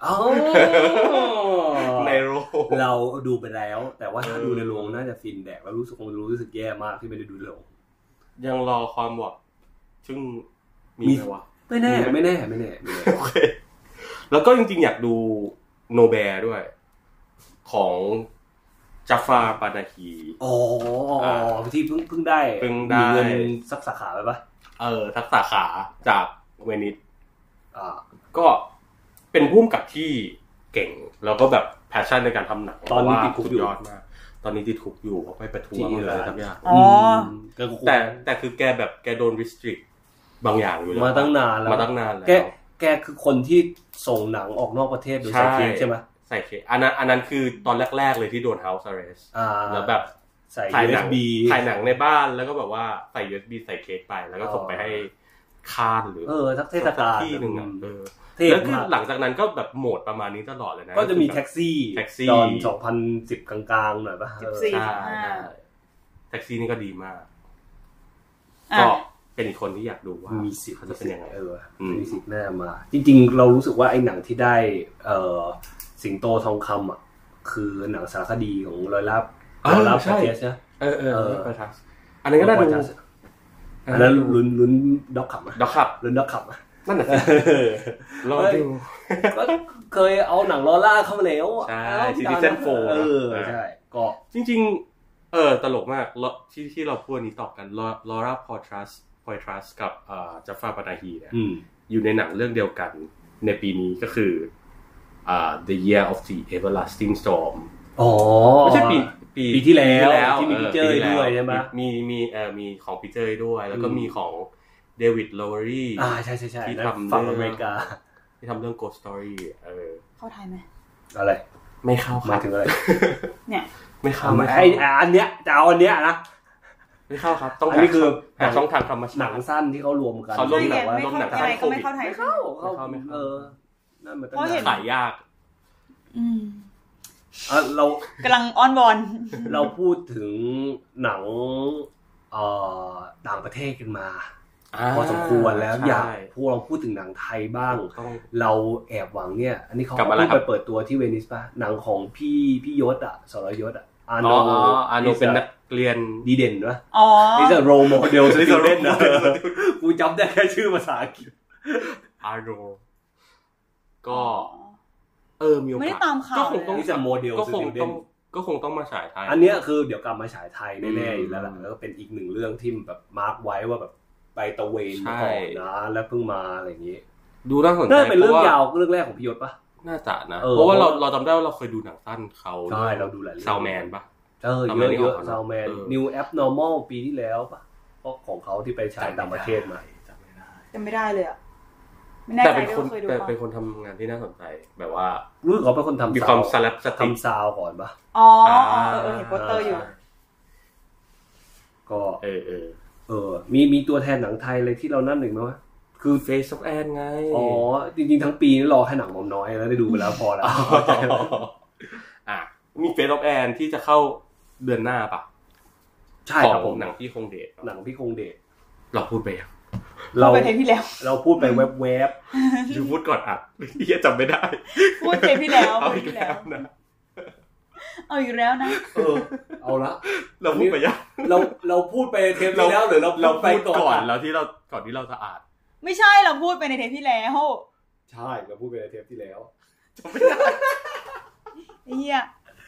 ในโรงเราดูไปแล้วแต่ว่าถ้าดูในโรงน่าจะฟินแดกแล้วรู้สึกแย่มากที่ไม่ได้ดูในโรงยังรอความหวังซึ่งมีไหมวะไม่แน่โอเคแล้วก็จริงๆอยากดูโนแบร์ด้วยของจาฟาปานาฮีที่เพิ่งได้มีเงินสักสาขาไปปะทักสาขาจากเวนิสก็เป็นผู้กำกับที่เก่งแล้วก็แบบแพชชั่นในการทำหนังตอนนี้ติดคุกอยู่ตอนนี้ติดคุกอยู่เพราะไปประท้วงอะไรสักอย่างแต่คือแกแบบแกโดน restrict บางอย่างอยู่แล้วมาตั้งนานแล้วแกคือคนที่ส่งหนังออกนอกประเทศโดยใส่เคสใช่ไหมใส่เคสอันนั้นคือตอนแรกๆเลยที่โดน house arrest แล้วแบบถ่าย USB ถ่ายหนังในบ้านแล้วก็แบบว่าใส่ USB ใส่เคสไปแล้วก็ส่งไปให้คานหรือสักเทศกาลที่นึงแล้วคือหลังจากนั้นก็แบบโหมดประมาณนี้ตลอดเลยนะก็จะมีแท็กซี่ตอน2010กลางๆหน่อยป่ะ 14-15 แท็กซี่นี่ก็ดีมากก็เป็นอีกคนที่อยากดูว่ามีสิทธิ์เขาจะเป็นยังไงมีสิทธิ์แน่มาจริงๆเรารู้สึกว่าไอ้หนังที่ได้สิงโตทองคำอ่ะคือหนังสารคดีของลอยลับใช่ใช่ประทับอันนี้ก็ได้ดูอันนั้นลุ้นด็อกขับมั้ยด็อกขับลุ้นด็อกขับมั้ยนั่นน่ะสิรอดูก็เคยเอาหนังลอร่าเข้ามาแล้วใช่Citizen 4 ใช่ก็จริงๆตลกมากที่เราพูดนี้ตอบกันลอร่าพอยทรัสกับจัฟฟาปานาฮีเนี่ยอยู่ในหนังเรื่องเดียวกันในปีนี้ก็คือThe Year of the Everlasting Storm ไม่ใช่ปีที่แล้วที่มีพีเจอร์ด้วยใช่ไหมมีของพีเจอร์ด้วยแล้วก็มีของเดวิดโลเวอรี่ใช่ที่ทำฝั่งอเมริกาที่ทำเรื่อง Ghost Story เข้าไทยไหมอะไรไม่เข้าหมายถึงอะไรเนี่ยไม่เข้าไอ้อันเนี้ยจะเอาอันเนี้ยนะไม่เข้าครับต้องอันนี้คือหาช่องทางธรรมชาติหนังสั้นที่เขารวมกันเขาลงหนังว่าลงหนังสั้นโควิดไม่เข้านั่นมันต้องขายยากเรากำลังอ้อนวอนเราพูดถึงหนังต่างประเทศกันมาพอสมควรแล้วอยากพวกเราพูดถึงหนังไทยบ้างเราแอบหวังเนี่ยอันนี้เขาเพิ่งไปเปิดตัวที่เวนิสป่ะหนังของพี่ยศสรยศอาโนเป็นนักเรียนดีเด่นวะนี่จะโรโมเดลสตูเดนนะกูจำได้แค่ชื่อภาษาอังกฤษอาโนก็มีโอกาสไม่ได้ตามข่าวก็คงต้องจะโมเดลสตูเดนก็คงต้องมาฉายไทยอันนี้คือเดี๋ยวกลับมาฉายไทยแน่ๆอยู่แล้วล่ะแล้วก็เป็นอีกหนึ่งเรื่องที่แบบมาร์คไว้ว่าแบบไปตะเวนก่อนนะแล้วเพิ่งมาอะไรอย่างงี้ดูน่าสนใจน่าเป็นเรื่องยาวเรื่องแรกของพี่ยศป่ะน่าจะนะเพราะว่าเราจำได้ว่าเราเคยดูหนังสั้นเขาใช่เราดูหลายเรื่องซาวแมนป่ะเยอะซาวแมน New Abnormal ปีที่แล้วป่ะเพราะของเขาที่ไปฉายต่างประเทศมาจำไม่ได้เลยอ่ะแต่เป็นคนทำงานที่น่าสนใจแบบว่ารู้เขาเป็นคนทำมีความสลับสติทำซาวก่อนป่ะเห็นโปสเตอร์อยู่ก็มีตัวแทนหนังไทยเลยที่เรานั่นหนึ่งไหมวะคือ Face of Anne ไงจริงๆทั้งปีนี่รอแค่หนังหม่อมน้อยแล้วได้ดูไปแล้วพอแล้วมี Face of Anne ที่จะเข้าเดือนหน้าป่ะใช่ครับผมหนังพี่คงเดชเราพูดไปยังเราไปเทปที่แล้วเราพูดไปแวบๆอยู่พูดก่อนที่จำไม่ได้พูดเทปที่แล้วเอาอีกแล้วนะเอาอีกแล้วนะเอาละเราพูดไปยังเราพูดไปเทปที่แล้วหรือเราไปก่อนแล้วที่เราจะอ่านไม่ใช่เราพูดไปในเทปที่แล้วใช่เราพูดไปในเทปที่แล้วจำไม่ได้เหี้ย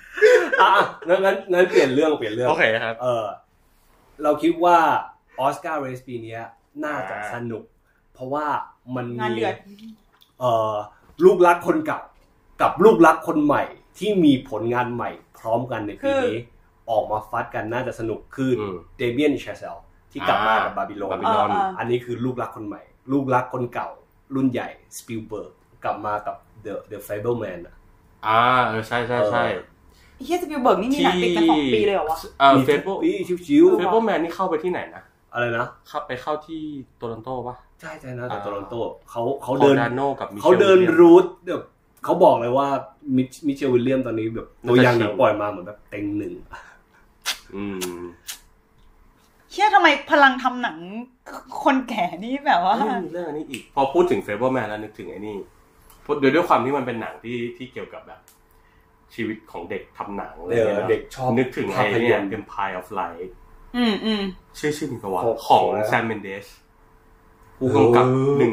งั้นเปลี่ยนเรื่องโอเคครับเราคิดว่าออสการ์เรสปีนี้น่าจะสนุกเพราะว่ามันมีลูกรักคนเก่ากับลูกรักคนใหม่ที่มีผลงานใหม่พร้อมกันในปีนี้ออกมาฟัดกันน่าจะสนุกคือเดเมียน ชาเซลที่กลับมากับบาบิโลนอันนี้คือลูกรักคนใหม่ลูกรักคนเก่ารุ่นใหญ่สปิลเบิร์กกลับมากับ The Fableman ใช่เฮียสปิลเบิร์กนี่มีหนังติดกัน2 ปีเลยเหรอวะมีชิวๆ Fableman นี่เข้าไปที่ไหนนะอะไรนะไปเข้าที่โตลอนโตป่ะใช่ๆนะแต่โตลอนโตเขาเดินรูทแบบเขาบอกเลยว่ามิเชลวิลเลียมตอนนี้แบบตัวอย่างหนังปล่อยมาเหมือนแบบเต็ง1 เชื่อทำไมพลังทำหนังคนแก่นี่แบบว่าเรื่องอันนี้อีกพอพูดถึง Fableman แล้วนึกถึงไอ้นี่ด้วยความที่มันเป็นหนังที่เกี่ยวกับแบบชีวิตของเด็กทำหนังอะไรเงี้ยเด็กชอบนึกถึงไอ้เนี่ย Empire of Light ชื่อมีประวัติของแซมเมนเดสผู้กำกับ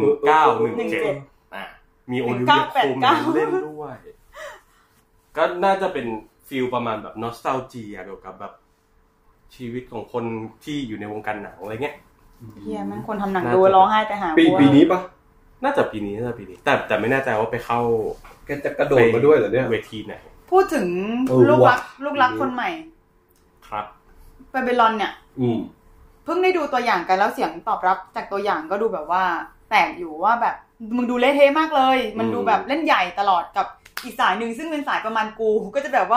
1917มีโอลิเวีย โคแมนเล่นด้วยก็น่าจะเป็นฟีลประมาณแบบนอสตัลเจียเกี่ยวกับแบบชีวิตของคนที่อยู่ในวงการหนังอะไรเงี้ยเฮียมันคนทำหนังดูร้องไห้แต่หาปีนี้ปะน่าจะปีนี้แต่ไม่แน่ใจว่าไปเข้าแกจะกระโดดมาด้วยเหรอเนี่ยเวทีไหนพูดถึงลูกรักคนใหม่ครับไปเบลอนเนี่ยเพิ่งได้ดูตัวอย่างกันแล้วเสียงตอบรับจากตัวอย่างก็ดูแบบว่าแปลกอยู่ว่าแบบมึงดูเละเทะมากเลยมันดูแบบเล่นใหญ่ตลอดกับอีกสายนึงซึ่งเป็นสายประมาณกูก็จะแบบว่า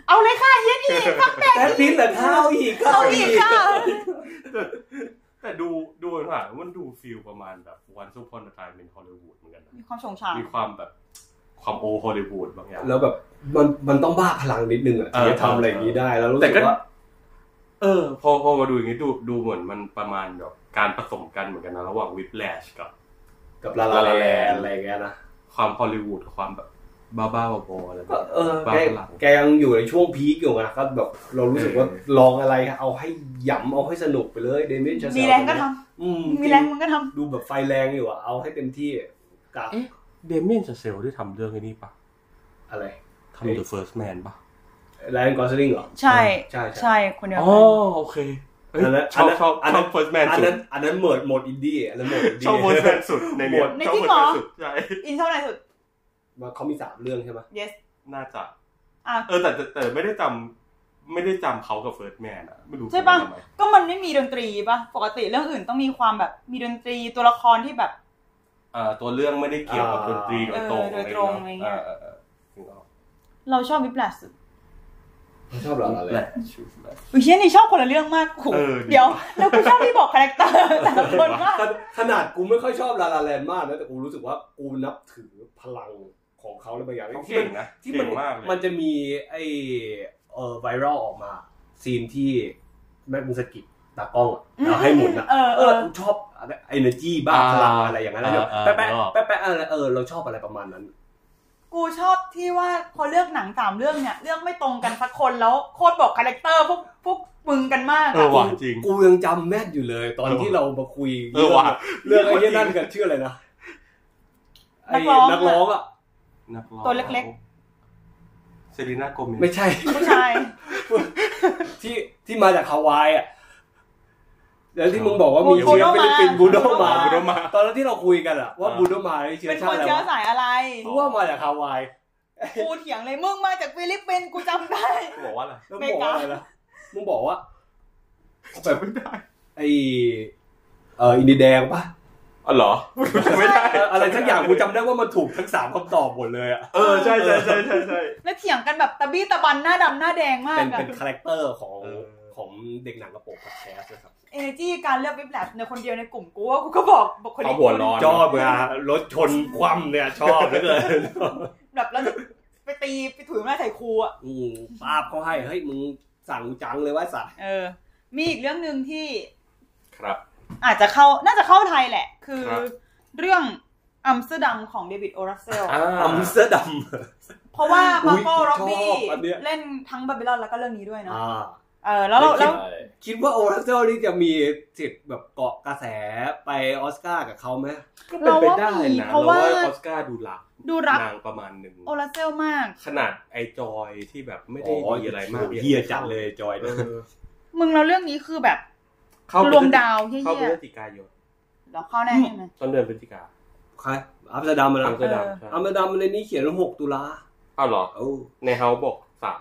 เอาเลยค่ะเฮียนี่ฟักแบกแต่พิษเหรอข้าวอีกค่ะแต่ดูผ่านมันดูฟีลประมาณแบบวันซุปเปอร์ไทม์เป็นฮอลลีวูดเหมือนกันมีความชงชางมีความแบบความโอฮอลลีวูดบางอย่างแล้วแบบมันต้องบ้าพลังนิดนึงอ่ะที่จะทำอะไรอย่างนี้ได้แล้วรู้สึกว่าพอมาดูอย่างนี้ดูเหมือนมันประมาณแบบการผสมกันเหมือนกันนะระหว่างวิปแลชกับลาลาแลนอะไรอย่างเงี้ยนะความฮอลลีวูดกับความแบบบ้าๆบอๆอะไรก็แกยังอยู่ในช่วงพีคอยู่ไงก็แบบเรารู้สึกว่าลองอะไรเอาให้หย่ำเอาให้สนุกไปเลยเดมิชมีแรงก็ทำมีแรงมันก็ทำดูแบบไฟแรงอยู่อ่ะเอาให้เต็มที่กับเดเมียนเซลที่ทำเรื่องนี้ป่ะอะไรทำ The First Man ป่ะไลออนกอสลิงเหรอใช่คนเดียวอ๋อโอเคชอบ First Man สุดอันนั้นโหมดอินดี้อันนั้นโหมดอินดี้ชอบ First Man สุดในเนี่ยชอบ First Man สุดใช่อินเท่าไหร่สุดเขามี3เรื่องใช่ไหม yes น่าจะแต่ไม่ได้จำเขากับ First Man อ่ะไม่รู้ใช่ป่ะก็มันไม่มีดนตรีป่ะปกติเรื่องอื่นต้องมีความแบบมีดนตรีตัวละครที่แบบตัวเรื่องไม่ได้เกี่ยวกับดนตรีโดยตรงอะไรเงี้ยเราชอบวิปแลชสุดเราชอบเราอะไรวิเชียนี่ชอบคนละเรื่องมากกูเดี๋ยวแล้วกูชอบที่บอกคาแรคเตอร์แต่ละคนมากขนาดกูไม่ค่อยชอบลาลาแลนด์มากนะแต่กูรู้สึกว่ากูนับถือพลังของเขาเลยบางอย่างที่มันจะมีไอ้ไวรัลออกมาซีนที่แม่งสกิปตากล้องแล้วให้หมุนนะชอบ energy บ้าพลังอะไรอย่างนั้นแล้วแป๊ะอะไรเราชอบอะไรประมาณนั้นกูชอบที่ว่าพอเลือกหนัง3เรื่องเนี่ยเรื่องไม่ตรงกันสักคนแล้วโคตรบอกคาแรคเตอร์พวกมึงกันมากจริงกูยังจำแม่นอยู่เลยตอนที่เรามาคุยเรื่องไอ้นี่นั่นกันชื่ออะไรนะไอ้นักร้องอ่ะตัวเล็กๆเซรีน่าโกเมซไม่ใช่ผู้ชายที่มาจากฮาวายอ่ะแล้วที่มึงบอกว่ามีเชื้อฟิลิปปินส์บูโดมาตอนนั้นที่เราคุยกันอะว่าบูโดมาเชื้อชาติอะไรเป็นคนเชื้อสายอะไรรู้ว่ามาจากฮาวายกูเถียงเลยมึงมาจากฟิลิปปินส์กูจำได้กูบอกว่าอะไรมึงบอกว่าอะไรนะมึงบอกว่าแบบไม่ได้ไออินเดียแดงป่ะอ๋อเหรอไม่ได้อะไรสักอย่างกูจำได้ว่ามันถูกทั้ง3คำตอบหมดเลยอะใช่แล้วเถียงกันแบบตะบี้ตะบันหน้าดำหน้าแดงมากเป็นคาแรคเตอร์ของเด็กหนังกระโปรงพอดแคสต์นะครับ energy การเลือกวิปแลชในคนเดียวในกลุ่มกูว่ากูก็บอกคนนี้หัวร้อนชอบอ่ะรถชนคว่ำเนี่ยชอบเหลือเกินแบบแล้วไปตีไปถุยหน้าใส่ครูอ่ะป้าบเขาให้เฮ้ยมึงสั่งจังเลยว่าสัตว์มีอีกเรื่องนึงที่ครับอาจจะน่าจะเข้าไทยแหละคือเรื่องอัมสเตอร์ดัมของเดวิดโอรัสเซลอัมสเตอร์ดัมเพราะว่ามาโก้ร็อบบี้เล่นทั้งบาบิลอนแล้วก็เรื่องนี้ด้วยเนาะแล้วคิดว่าโอรัสเซลนี่จะมีสิทธิ์แบบเกาะกระแสไปออสการ์กับเขาไหมก็เป็นไปได้นะเพราะว่าออสการ์ดูรักนางประมาณนึงโอรัสเซลมากขนาดไอจอยที่แบบไม่ได้มีอะไรมากเฮียจัดเลยจอยมึงเราเรื่องนี้คือแบบรวมดาวเฮียเข้าพฤศจิกายนแล้วเข้าแน่ใช่ไหมต้นเดือนพฤศจิกาใครอัมสเตอร์ดัมอัมสเตอร์ดัมในนี้เขียนว่า6 ตุลาอ้าวเหรอในเฮาบอก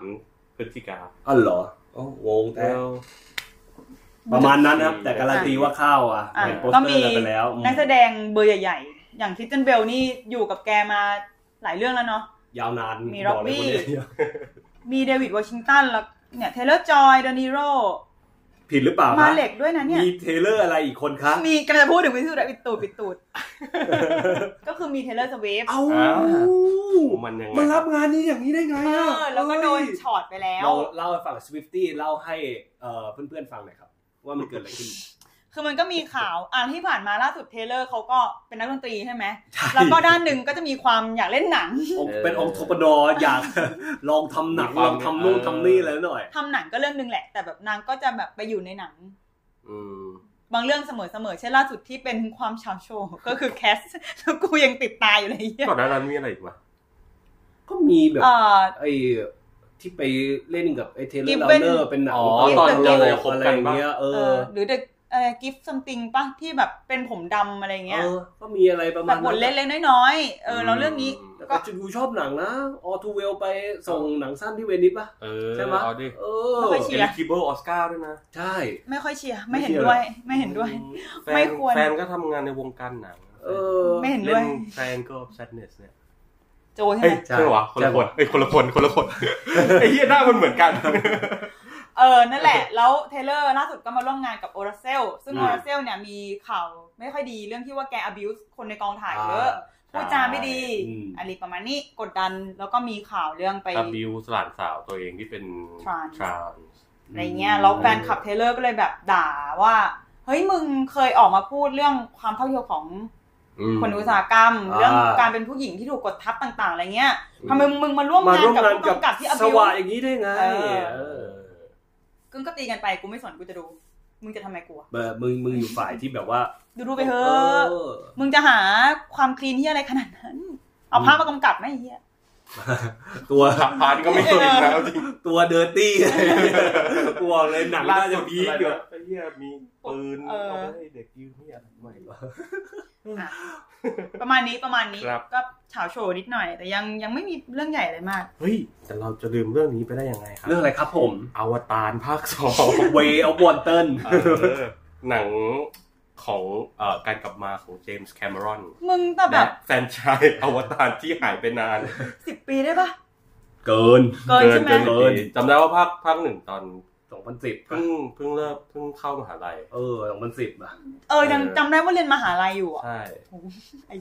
3 พฤศจิกาอ้าวเหรอวงแต่ประมาณนั้นครับแต่การันตีว่าเข้าก็มีนักแสดงเบอร์ใหญ่ๆอย่างคริสเตียนเบลนี่อยู่กับแกมาหลายเรื่องแล้วเนาะยาวนานมีร็อบบี้มีเดวิดวอชิงตันแล้วเนี่ยเทเลอร์จอยเดนิโรผิดหรือเปล่ามาเหล็กด้วยนะเนี่ยมีเทเลอร์อะไรอีกคนคะมีกำลังจะพูดถึงวิทูปิดตูดก็คือมีเทเลอร์สวีฟมันยังไงมารับงานนี้อย่างนี้ได้ไงแล้วก็โดนช็อตไปแล้วเราเล่าให้ฟังสวิฟตี้เล่าให้เพื่อนๆฟังหน่อยครับว่ามันเกิดอะไรขึ้นคือมันก็มีข่าวที่ผ่านมาล่าสุดเทเลอร์เขาก็เป็นนักดนตรีใช่ไหมแล้วก็ด้านหนึ่งก็จะมีความอยากเล่นหนังเป็นองค์ทปดอยากลองทำหนังลองทำนู่นทำนี่แล้วหน่อยทำหนังก็เรื่องนึงแหละแต่แบบนางก็จะแบบไปอยู่ในหนังบางเรื่องเสมอเช่นล่าสุดที่เป็นความชาวโชว์ก็คือแคสแล้วกูยังติดตาอยู่เลยก่อนหน้านั้นมีอะไรอีกวะก็มีแบบไอ้ที่ไปเล่นกับไอ้เทเลอร์ลาวเนอร์เป็นหนังตอนอะไรคบกันบ้างหรือกิฟต์ซัมติงป่ะที่แบบเป็นผมดำอะไรเงี้ยก็มีอะไรประมาณแบบบทเล็กๆน้อยๆแล้วเรื่องนี้ก็ดูชอบหนังนะออทูเวลไปส่งหนังสั้นที่เวนิสป่ะใช่ไหมไม่ค่อยเชียร์คิบเบิลออสการ์ด้วยนะใช่ไม่ค่อยเชียร์ไม่เห็นด้วยไม่ควรแฟนก็ทำงานในวงการหนังไม่เห็นด้วยแฟนก็ Sadness เนี่ยโจใช่ไหมใช่หรอคนละคนไอ้เหี้ยหน้ามันเหมือนกันนั่นแหละแล้วเทเลอร์ล่าสุดก็มาร่วมงานกับ Oracle ซึ่ง Oracle เนี่ยมีข่าวไม่ค่อยดีเรื่องที่ว่าแก abuse คนในกองถ่ายเยอะพูดจาไม่ดีอะไรประมาณนี้กดดันแล้วก็มีข่าวเรื่องไป abuse หลานสาวตัวเองที่เป็น trans อะไรเงี้ยแล้วแฟนคลับเทเลอร์ก็เลยแบบด่าว่าเฮ้ยมึงเคยออกมาพูดเรื่องความเท่าเทียมของคนอุตสาหกรรมเรื่องการเป็นผู้หญิงที่ถูกกดทับต่างๆอะไรเงี้ยทำไมมึงมาร่วมงานกับผู้กำกับที่ abuse สว่าอย่างนี้ได้ไงก็ตีกันไปกูไม่สนกูจะดูมึงจะทำไมกูมึงอยู่ฝ่ายที่แบบว่าดูไปเถอะมึงจะหาความคลีนที่อะไรขนาดนั้นเอาภาพมากำกับไหมไอ้เหี้ยตัวพาร์ทก็ไม่สนนะจริงตัวเดอร์ตี้กลัวเลยหนังน่าจะพีคอยู่ไอ้เหี้ยมีปืนเอาไว้เด็กยืมเนี่ยไม่ประมาณนี้ก็เฉาโชว์นิดหน่อยแต่ยังไม่มีเรื่องใหญ่เลยมากเฮ้ยแต่เราจะลืมเรื่องนี้ไปได้ยังไงครับเรื่องอะไรครับผมอวตารภาค2 Way of Water หนังของการกลับมาของเจมส์แคมเมรอนมึงแต่แบบแฟรนไชส์อวตารที่หายไปนาน 10 ปีได้ปะเกินใช่ไหมจำได้ว่าภาค1ตอน 2010 เพิ่งเข้ามหาลัย 2010อ่ะยังจำได้ว่าเรียนมหาลัยอยู่อ่ะใช่อายุ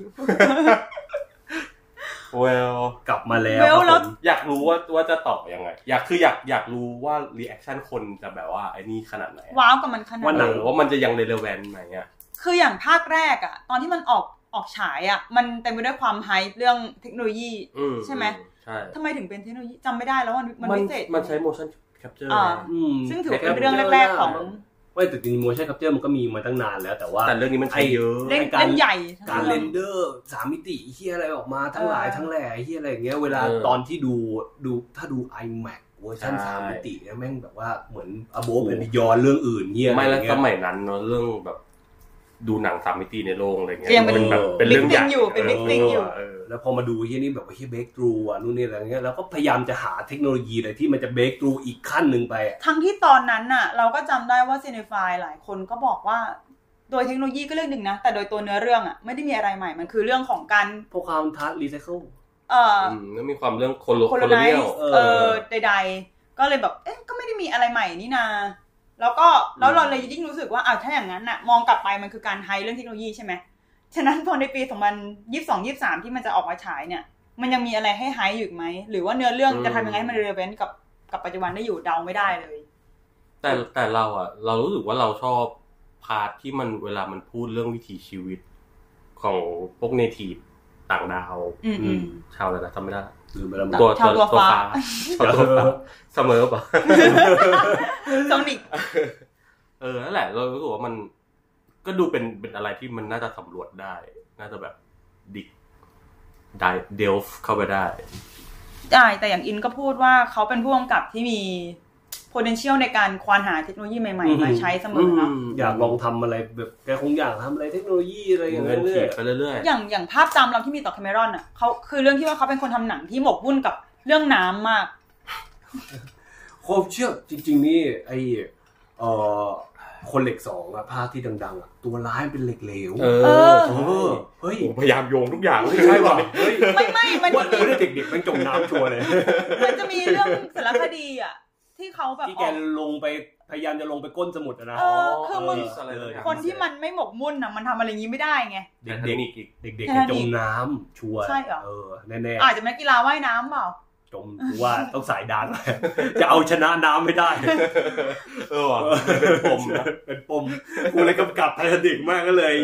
กลับมาแล้วอยากรู้ว่าจะตอบยังไงอยากรู้ว่ารีแอคชั่นคนจะแบบว่าไอ้นี่ขนาดไหนว้าวกับมันขนาดไหนว่ามันจะยังเรเลเวนต์ไหมอ่ะคืออย่างภาคแรกอ่ะตอนที่มันออกฉายอ่ะมันเต็มไปด้วยความไฮป์เรื่องเทคโนโลยีใช่ไหมใช่ทำไมถึงเป็นเทคโนโลยีจำไม่ได้แล้วว่ามันพิเศษมันใช้ motion capture ซึ่งถือเป็นเรื่องแรกๆของว่าแต่จริง motion capture มันก็มีมาตั้งนานแล้วแต่เรื่องนี้มันใช้เยอะเล่นใหญ่การเรนเดอร์3มิติเหี้ยอะไรออกมาทั้งหลายทั้งแหล่เหี้ยอะไรอย่างเงี้ยเวลาตอนที่ดูถ้าดู IMAX เวอร์ชั่น3มิติเนี่ยแม่งแบบว่าเหมือน above and beyond เรื่องอื่นเหี้ยไม่แล้วสมัยนั้นเนาะเรื่องแบบดูหนัง3มิติในโรงอะไรเงี้ยเป็นแบบเป็นเรื่องใหญ่เป็นบิ๊กซิ่งอยู่แล้วพอมาดูที่นี่แบบว่าเฮ้ยเบรกทรูอ่ะนู่นนี่อะไรเงี้ยแล้วก็พยายามจะหาเทคโนโลยีอะไรที่มันจะเบรกทรูอีกขั้นนึงไปทั้งที่ตอนนั้นน่ะเราก็จำได้ว่าซีเนฟายหลายคนก็บอกว่าโดยเทคโนโลยีก็เรื่องนึงนะแต่โดยตัวเนื้อเรื่องอ่ะไม่ได้มีอะไรใหม่มันคือเรื่องของการพวกความทัชรีไซเคิลแล้วมีความเรื่องโคโลเนียลใดๆก็เลยแบบก็ไม่ได้มีอะไรใหม่นี่นาแล้วเราเลยยิ่งรู้สึกว่าถ้าอย่างนั้นน่ะมองกลับไปมันคือการไฮเรื่องเทคโนโลยีใช่ไหมฉะนั้นพอในปี2022-23ที่มันจะออกมาฉายเนี่ยมันยังมีอะไรให้ไฮอยู่ไหมหรือว่าเนื้อเรื่องจะทำยังไงให้มันเรเลเวนต์กับปัจจุบันได้อยู่เดาไม่ได้เลยแต่เรารู้สึกว่าเราชอบพาร์ทที่มันเวลามันพูดเรื่องวิถีชีวิตของพวกเนทีฟต่างดาวชาวอะไรนะจำไม่ได้ลืมไปแล้วตัวฟ้าเสมอป่ะโซนิกนั่นแหละเรารู้สึกว่ามันก็ดูเป็นอะไรที่มันน่าจะสำรวจได้น่าจะแบบเดลฟ์เข้าไปได้แต่อย่างอินก็พูดว่าเขาเป็นผู้กำกับที่มี potential ในการควานหาเทคโนโลยีใหม่ๆมาใช้เสมอเนาะอยากลองทำอะไรแบบแกคงอยากทำอะไรเทคโนโลยีอะไรอย่างเงี้ยไปเรื่อยๆอย่างภาพจำเราที่มีต่อแคมเมรอนอ่ะเขาคือเรื่องที่ว่าเขาเป็นคนทำหนังที่หมกมุ่นกับเรื่องน้ำมากโคตรเชื่อจริงๆนี่ไอคนเหล็ก2อ่ะภาคที่ดังๆอ่ะตัวร้ายเป็นเหล็กเหลวเฮ้ยพยายามโยงทุกอย่างใช่ป่ะเฮ้ยไม่มันมีเด็กๆมันจมน้ำชัวร์เลยมันจะมีเรื่องสารคดีอ่ะที่เขาแบบที่แกลงไปพยายามจะลงไปก้นสมุทรนะคือมึงคนที่มันไม่หมกมุ่นอ่ะมันทำอะไรงี้ไม่ได้ไงเด็กๆจมน้ำชัวร์ใช่เหรอแน่ๆอาจจะเป็นกีฬาว่ายน้ำเปล่าจมว่าต้องสายดานจะเอาชนะน้ำไม่ได้ว่ะเป็นปมกูเลยกำกับไททานิคมากก็เลย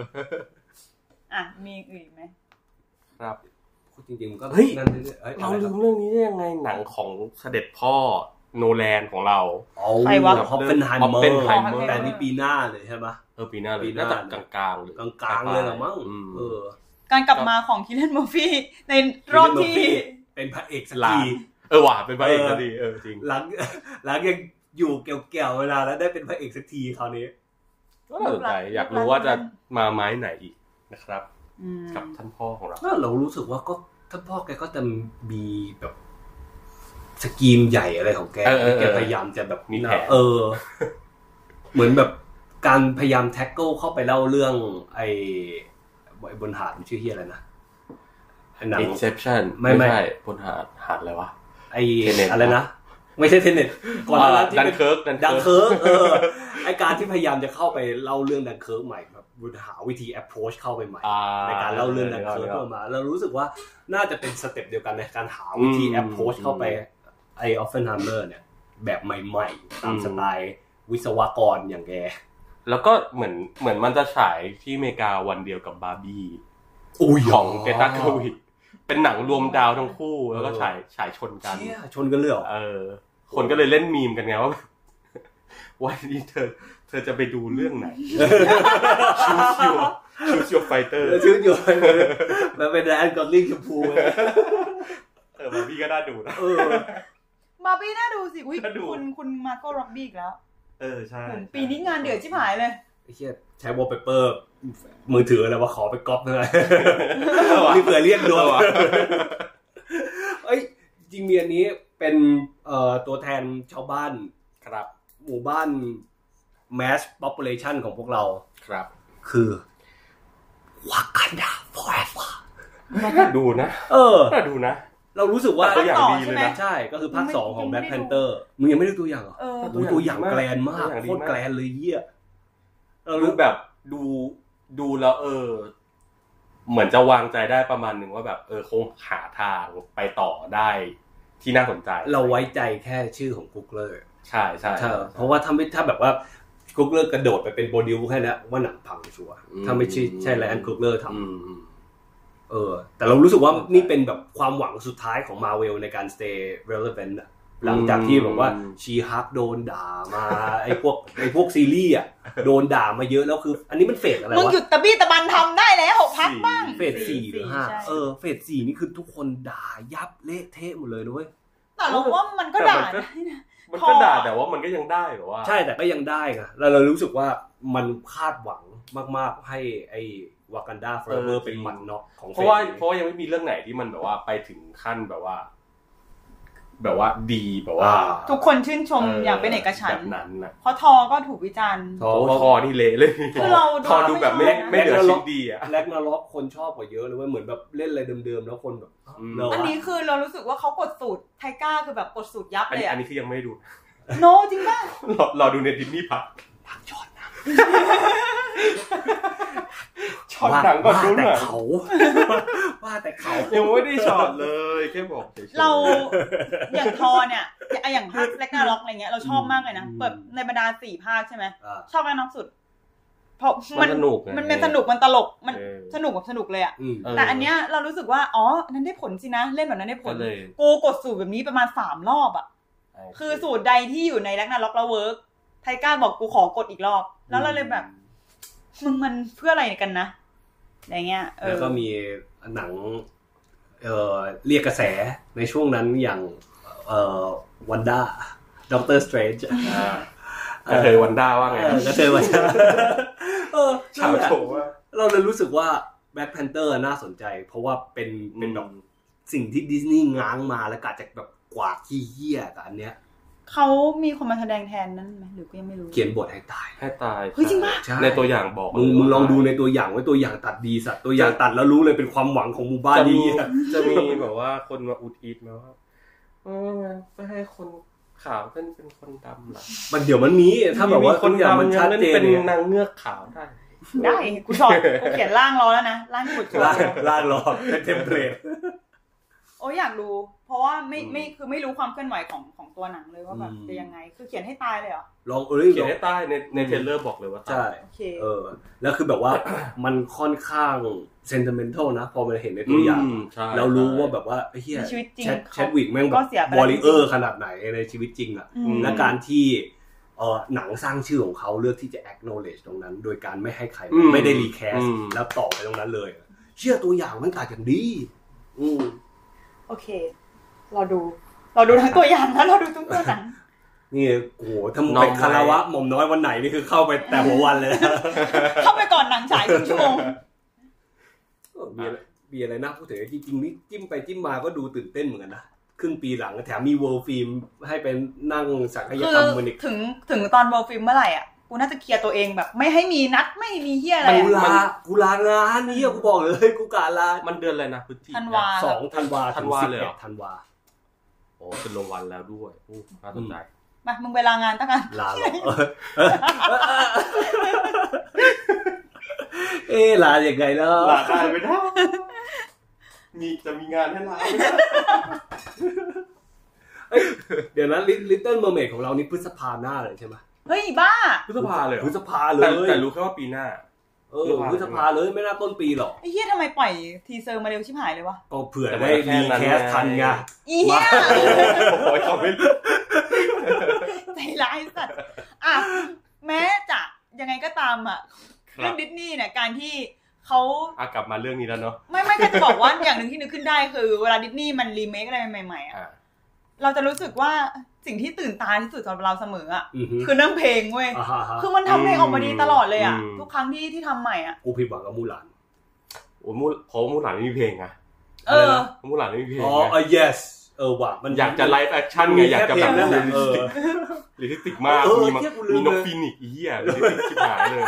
มีอื่นไหมครับจริงๆก็นั่นเราลืมเรื่องนี้ได้ยังไงหนังของเสด็จพ่อโนแลนของเราใครวะฮอปเปนไฮเมอร์แต่นี่ปีหน้าเลยใช่ปะปีหน้าเลยน่าจะกลางๆเลยกลางๆเลยหรอมั้งการกลับมาของคิลเลน เมอร์ฟี่ในรอบที่เป็นพระเอกสักทีว่ะเป็นพระเอกสักทีจริงหลังยังอยู่แก่วๆเวลาแล้วได้เป็นพระเอกสักทีคราวนี้ก็สนใจอยากรู้ว่าจะมาไม้ไหนอีกนะครับกับท่านพ่อของเรารู้สึกว่าก็ท่านพ่อแกก็จะมีแบบสกีมใหญ่อะไรของแกแกพยายามจะแบบมีแผนเหมือนแบบการพยายามแท็กเกิลเข้าไปเล่าเรื่องไอ้บนหาดชื่อเหี้ยอะไรนะ Inception ไม่บนหาดอะไรวะไออะไรนะไม่ใช่เทเน็ตก่อนนั้นที่เป็นดังเคิร์กไอการที่พยายามจะเข้าไปเล่าเรื่องดังเคิร์กใหม่แบบหาวิธี approach เข้าไปใหม่ในการเล่าเรื่องดังเคิร์กเข้ามาเรารู้สึกว่าน่าจะเป็นสเต็ปเดียวกันในการหาวิธี approach เข้าไปไอ Oppenheimer เนี่ยแบบใหม่ๆตามสไตล์วิศวกรอย่างแกแล้วก็เหมือนมันจะฉายที่อเมริกาวันเดียวกับบาร์บี้ของเกตาเคอร์วิกเป็นหนังรวมดาวทั้งคู่แล้วก็ฉายชนกันชนกันเลยเหรอคนก็เลยเล่นมีมกันไงว่าวันนี้เธอจะไปดูเรื่องไหน Choose your fighter มันเป็นแรนกอตลิงชมพูบาร์บี้ก็น่าดูนะบาร์บี้น่าดูสิคุณมาร์โก้ร็อบบี้อีกแล้วใช่ปีนี้งานเดือดชิบหายเลยไอ้เหี้ยใช้วอลเปเปอร์มือถืออะไรว่าขอไปก๊อปหน่อยนี่เผื่อเรียกดูว่ะเอ้ยจริงมีอันนี้เป็นตัวแทนชาวบ้านครับหมู่บ้าน mass population ของพวกเราครับคือ Wakanda Forever น่าดูนะน่าดูนะเรารู้สึกว่าตัวอย่างดีเลยนะใช่ก็คือภาค2ของ Black Panther มึงยังไม่ดูตัวอย่างเหรอตัวอย่างแกรนมากโคตรแกรนเลยเหี้ยเรารู้แบบดูแล้วเหมือนจะวางใจได้ประมาณนึงว่าแบบคงหาทางไปต่อได้ที่น่าสนใจเราไว้ใจแค่ชื่อของ Coogler ใช่เพราะว่าถ้าแบบว่า Coogler กระโดดไปเป็นโปรดิวแค่นั้นว่าหนังพังชัวร์ถ้าไม่ใช่Ryan Coogler ทำแต่เรารู้สึกว่านี่เป็นแบบความหวังสุดท้ายของ Marvel ในการ stay relevant อ่ะหลังจากที่แบบว่าชีฮักโดนด่ามาไอ้พวกซีรีส์อ่ะโดนด่ามาเยอะแล้วคืออันนี้มันเฟสอะไรวะมึงหยุดตะบี้ตะบันทำได้แล้วพักบ้างเฟส4หรือ5เฟส4นี่คือทุกคนด่ายับเละเทะหมดเลยด้วยแต่เราว่ามันก็ด่ามันก็ด่าแต่ว่ามันก็ยังได้แบบว่าใช่แต่ก็ยังได้ไงแล้วเรารู้สึกว่ามันคาดหวังมากๆให้ไอ้Wakanda Forever เป็นมันเนาะของเพราะว่ายังไม่มีเรื่องไหนที่มันแบบว่าไปถึงขั้นแบบว่าดีแบบว่าทุกคนชื่นชมอย่างเป็นเอกฉันท์แบบนั้นนะเพราะทอก็ถูกวิจารณ์ทอนี่เละเลยคือเราทอดูแบบไม่เหลือชิ้นดีอ่ะแร็กนาร็อกคนชอบกว่าเยอะเลยว่าเหมือนแบบเล่นอะไรเดิมๆแล้วคนแบบอันนี้คือเรารู้สึกว่าเขากดสูตรไทก้าคือแบบกดสูตรยับเลยอ่ะอันนี้คือยังไม่ดูโนจริงป่ะรอดูในดิสนีย์พักช็อตนะช็อตหนังก่อนดูหน่อยว่าแต่เขายังไม่ได้ช็อตเลยแค่บอกเราอย่างทอเนี่ยอย่างภาคแรกนาร็อกอะไรเงี้ยเราชอบมากเลยนะเปิดในบรรดา4ภาคใช่ไหมชอบแรกนาร็อกสุดเพราะมันสนุกมันตลกมันสนุกแบบสนุกเลยอ่ะแต่อันเนี้ยเรารู้สึกว่านั้นได้ผลสินะเล่นแบบนั้นได้ผลกูกดสูตรแบบนี้ประมาณ3รอบอ่ะคือสูตรใดที่อยู่ในแรกนาร็อกแล้วเวิร์กไทก้าบอกกูขอกดอีกรอบแล้วเราเลยแบบมึงมันเพื่ออะไรกันนะอะไรเงี้ยแล้วก็มีหนังเรียกกระแสในช่วงนั้นอย่างวันด้าด็อกเตอร์สเตรนจ์กระเทยวันด้าว่าไงกระเทยวันด้าชาวโฉว่าเราเลยรู้สึกว่า Black Panther น่าสนใจเพราะว่าเป็นแบบสิ่งที่ดิสนีย์ง้างมาแล้วกะจะแบบกวาดขี้เหี้ยกับอันเนี้ยเขามีคนมาแสดงแทนนั้นไหมหรือก็ยังไม่รู้เขียนบทให้ตายเฮ้ยจริงป่ะในตัวอย่างบอกมึงลองดูในตัวอย่างไว้ตัวอย่างตัดดีสัตว์ตัวอย่างตัดแล้วรู้เลยเป็นความหวังของหมู่บ้านนี้จะมีแบบว่าคนมาอุดอิดมาว่าไม่ให้คนขาวเป็นคนดำหรอมันเดี๋ยวมันมีถ้าแบบว่าคนดำมันชัดเจนเป็นนางเงือกขาวได้กูชอบกูเขียนร่างรอแล้วนะร่างกดร่างรอเป็นเทมเพลตอยากดูเพราะว่าไม่คือไม่รู้ความเคลื่อนไหวของตัวหนังเลยว่าแบบจะยังไงคือเขียนให้ตายเลยเหรอลองเขียนให้ตายในเทรลเลอร์บอกเลยว่าตายแล้วคือแบบว่ามันค่อนข้างเซนติเมนทัลนะพอมันเห็นในตัวอย่างเรารู้ว่าแบบว่าไอ้เหี้ยแชดวิกแม่งแบบวอริเออร์ขนาดไหนในชีวิตจริงอ่ะและการที่หนังสร้างชื่อของเขาเลือกที่จะ acknowledge ตรงนั้นโดยการไม่ให้ใครไม่ได้รีแคสแล้วต่อไปตรงนั้นเลยเชื่อตัวอย่างมันตัดอย่างดีโอเคเราดูทั้งตัวอย่างนะเราดูทั้งตัวหนังนี่โอ้โหถ้ามึงเป็นคารวะหม่อมน้อยวันไหนนี่คือเข้าไปแต่หัววันเลยเข้าไปก่อนหนังฉายครึ่งชั่วโมงมีอะไรน่าพูดถึงจริงๆนี่จิ้มไปจิ้มมาก็ดูตื่นเต้นเหมือนกันนะครึ่งปีหลังแถมมีเวิลด์ฟิล์มให้เป็นนั่งสังคายกรรมมันอีกถึงตอนเวิลด์ฟิล์มเมื่อไหร่อ่ะกูน่าจะเคลียร์ตัวเองแบบไม่ให้มีนัดไม่มีเหี้ยอะไรกูลางานนี่กูบอกเลยกูกะลามันเดือนอะไรนะพฤศจิกายน 2ธันวาเลยธันวาโอ้เป็นลงวันแล้วด้วยโอ้น่าสนใจมามึงไปลางานตั้งกันลาหรอลาอย่างไงแล้วลาได้ไม่ได้จะมีงานให้ลาเดี๋ยวนะ Little Mermaid ของเรานี่พฤษภาหน้าเลยใช่ไหมเฮ้ยบ้าพฤษภาเลยพฤษภาเลยแต่รู้แค่ว่าปีหน้าพฤษภาเลยไม่น่าต้นปีหรอกไอ้เหี้ยทำไมปล่อยทีเซอร์มาเร็วชิบหายเลยวะก็เผื่อได้รีแคสทันไงอีเหี้ยโอ้ยคอมเมนต์ใจร้ายสัตว์อ่ะแม้จะยังไงก็ตามอ่ะเรื่องดิสนีย์เนี่ยการที่เขากลับมาเรื่องนี้แล้วเนาะไม่แค่จะบอกว่าอย่างนึงที่นึกขึ้นได้คือเวลาดิสนีย์มันรีเมคอะไรใหม่ๆอ่ะเราจะรู้สึกว่าสิ่งที่ตื่นตาที่สุดสำหรับเราเสมออ่ะคือเรื่องเพลงเว้ยคือมันทำเพลงออกมาดีตลอดเลยอ่ะทุกครั้งที่ทำใหม่อ่ะกูผิดหวังกับมูหลานโอ้เพราะมูหลานไม่มีเพลงไงมูหลานไม่มีเพลง yes ว่ะมันอยากจะไลฟ์แอคชั่นไงอยากจะแบบเรียลลิสติกมากมีนกฟินิกอีอ่ะเรียลลิสติกชิบหายเลย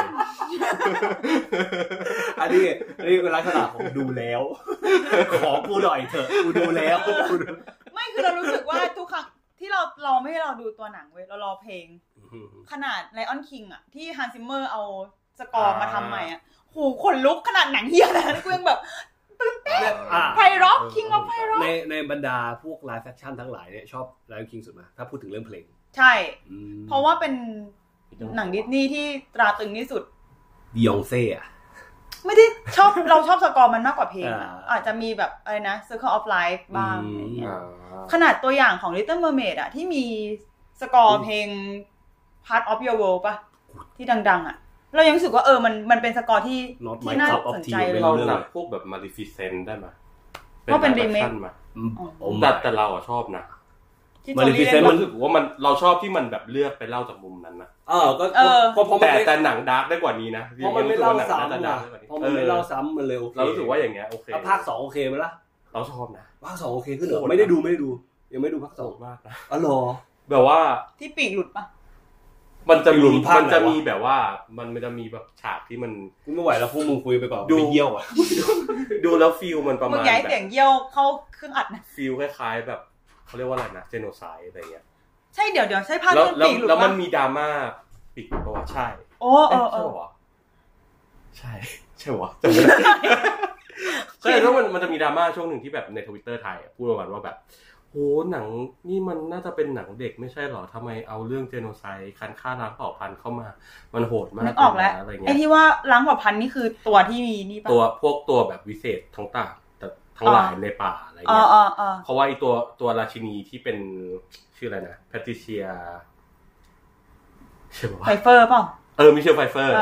อันนี้เป็นลักษณะของดูแล้วขอกูหน่อยเถอะกูดูแล้วไม่คือเรารู้สึกว่าทุกครั้งที่เราไม่ให้เราดูตัวหนังเว้ยเรารอเพลงขนาด Lion King อ่ะที่ Hans Zimmer เอาสกอร์มาทำใหม่อ่ะโหขนลุกขนาดหนังเหี้ยนะกูยังแบบตื่นเต้นไพเราะ King of ไพเราะในบรรดาพวก Live Action ทั้งหลายเนี่ยชอบ Lion King สุดมั้ยถ้าพูดถึงเรื่องเพลงใช่เพราะว่าเป็นหนังดิสนีย์ที่ตราตรึงที่สุด Beyonce อ่ะไม่ได้เราชอบสกอร์มันมากกว่าเพลงอาจจะมีแบบอะไรนะ Circle of Life บ้างอะไรเงี้ยขนาดตัวอย่างของ Little Mermaid อ่ะที่มีสกอร์เพลง Part of Your World ป่ะที่ดังๆอ่ะเรายังรู้สึกว่ามันเป็นสกอร์ที่น่าสนใจเลยเราหนักพวกแบบ Maleficent ได้มั้ยก็เป็นรีเมคแต่เราชอบนะMaleficent มันรู้สึกว่าเราชอบที่มันแบบเลือกไปเล่าจากมุมนั้นนะก็แต่หนังดาร์กได้กว่านี้นะเพราะมันไม่เล่าซ้ำเพราะมันไม่เล่าซ้ำมันเร็วเรารู้สึกว่าอย่างเงี้ยโอเคภาค2โอเคมั้ยล่ะเราชอบนะภาค2โอเคขึ้นเหรอไม่ได้ดูยังไม่ดูภาค2 มากนะอ๋อเหรอแบบว่าที่ปีกหลุดป่ะมันจะมีแบบว่ามันจะมีแบบฉากที่มันกูไม่ไหวแล้วพวกมึงคุยไปก่อนไปเยี่ยวอ่ะดูแล้วฟีลมันประมาณมึงย้ายเสียงเยี่ยวเข้าเครื่องอัดนะฟีลคล้ายๆแบบเขาเรียกว่าอะไรนะเจโนไซด์อะไรเงี้ยใช่เดี๋ยวใช่ภาคต้นปีกหลุดแล้วมันมีดราม่าปีกหลุดป่ะใช่โอ้ใช่หรอจำไม่ได้ใช่แล้วมันจะมีดราม่าช่วงหนึ่งที่แบบใน Twitter ไทยพูดประมาณว่าแบบโหหนังนี่มันน่าจะเป็นหนังเด็กไม่ใช่หรอทำไมเอาเรื่องเจโนไซด์การฆ่าล้างเผ่าพันธุ์เข้ามามันโหดมากออกแล้วไอ้ที่ว่าล้างเผ่าพันธุ์นี่คือตัวที่มีนี่ป่ะพวกตัวแบบวิเศษทั้งต่างทั้งหลายในป่าอะไรเงี้ยเพราะว่าไอ้ตัวราชินีที่เป็นชื่ออะไรนะแพทริเซียใช่ป่ะไฟเฟอร์เปล่ามิเชลไฟเฟอร์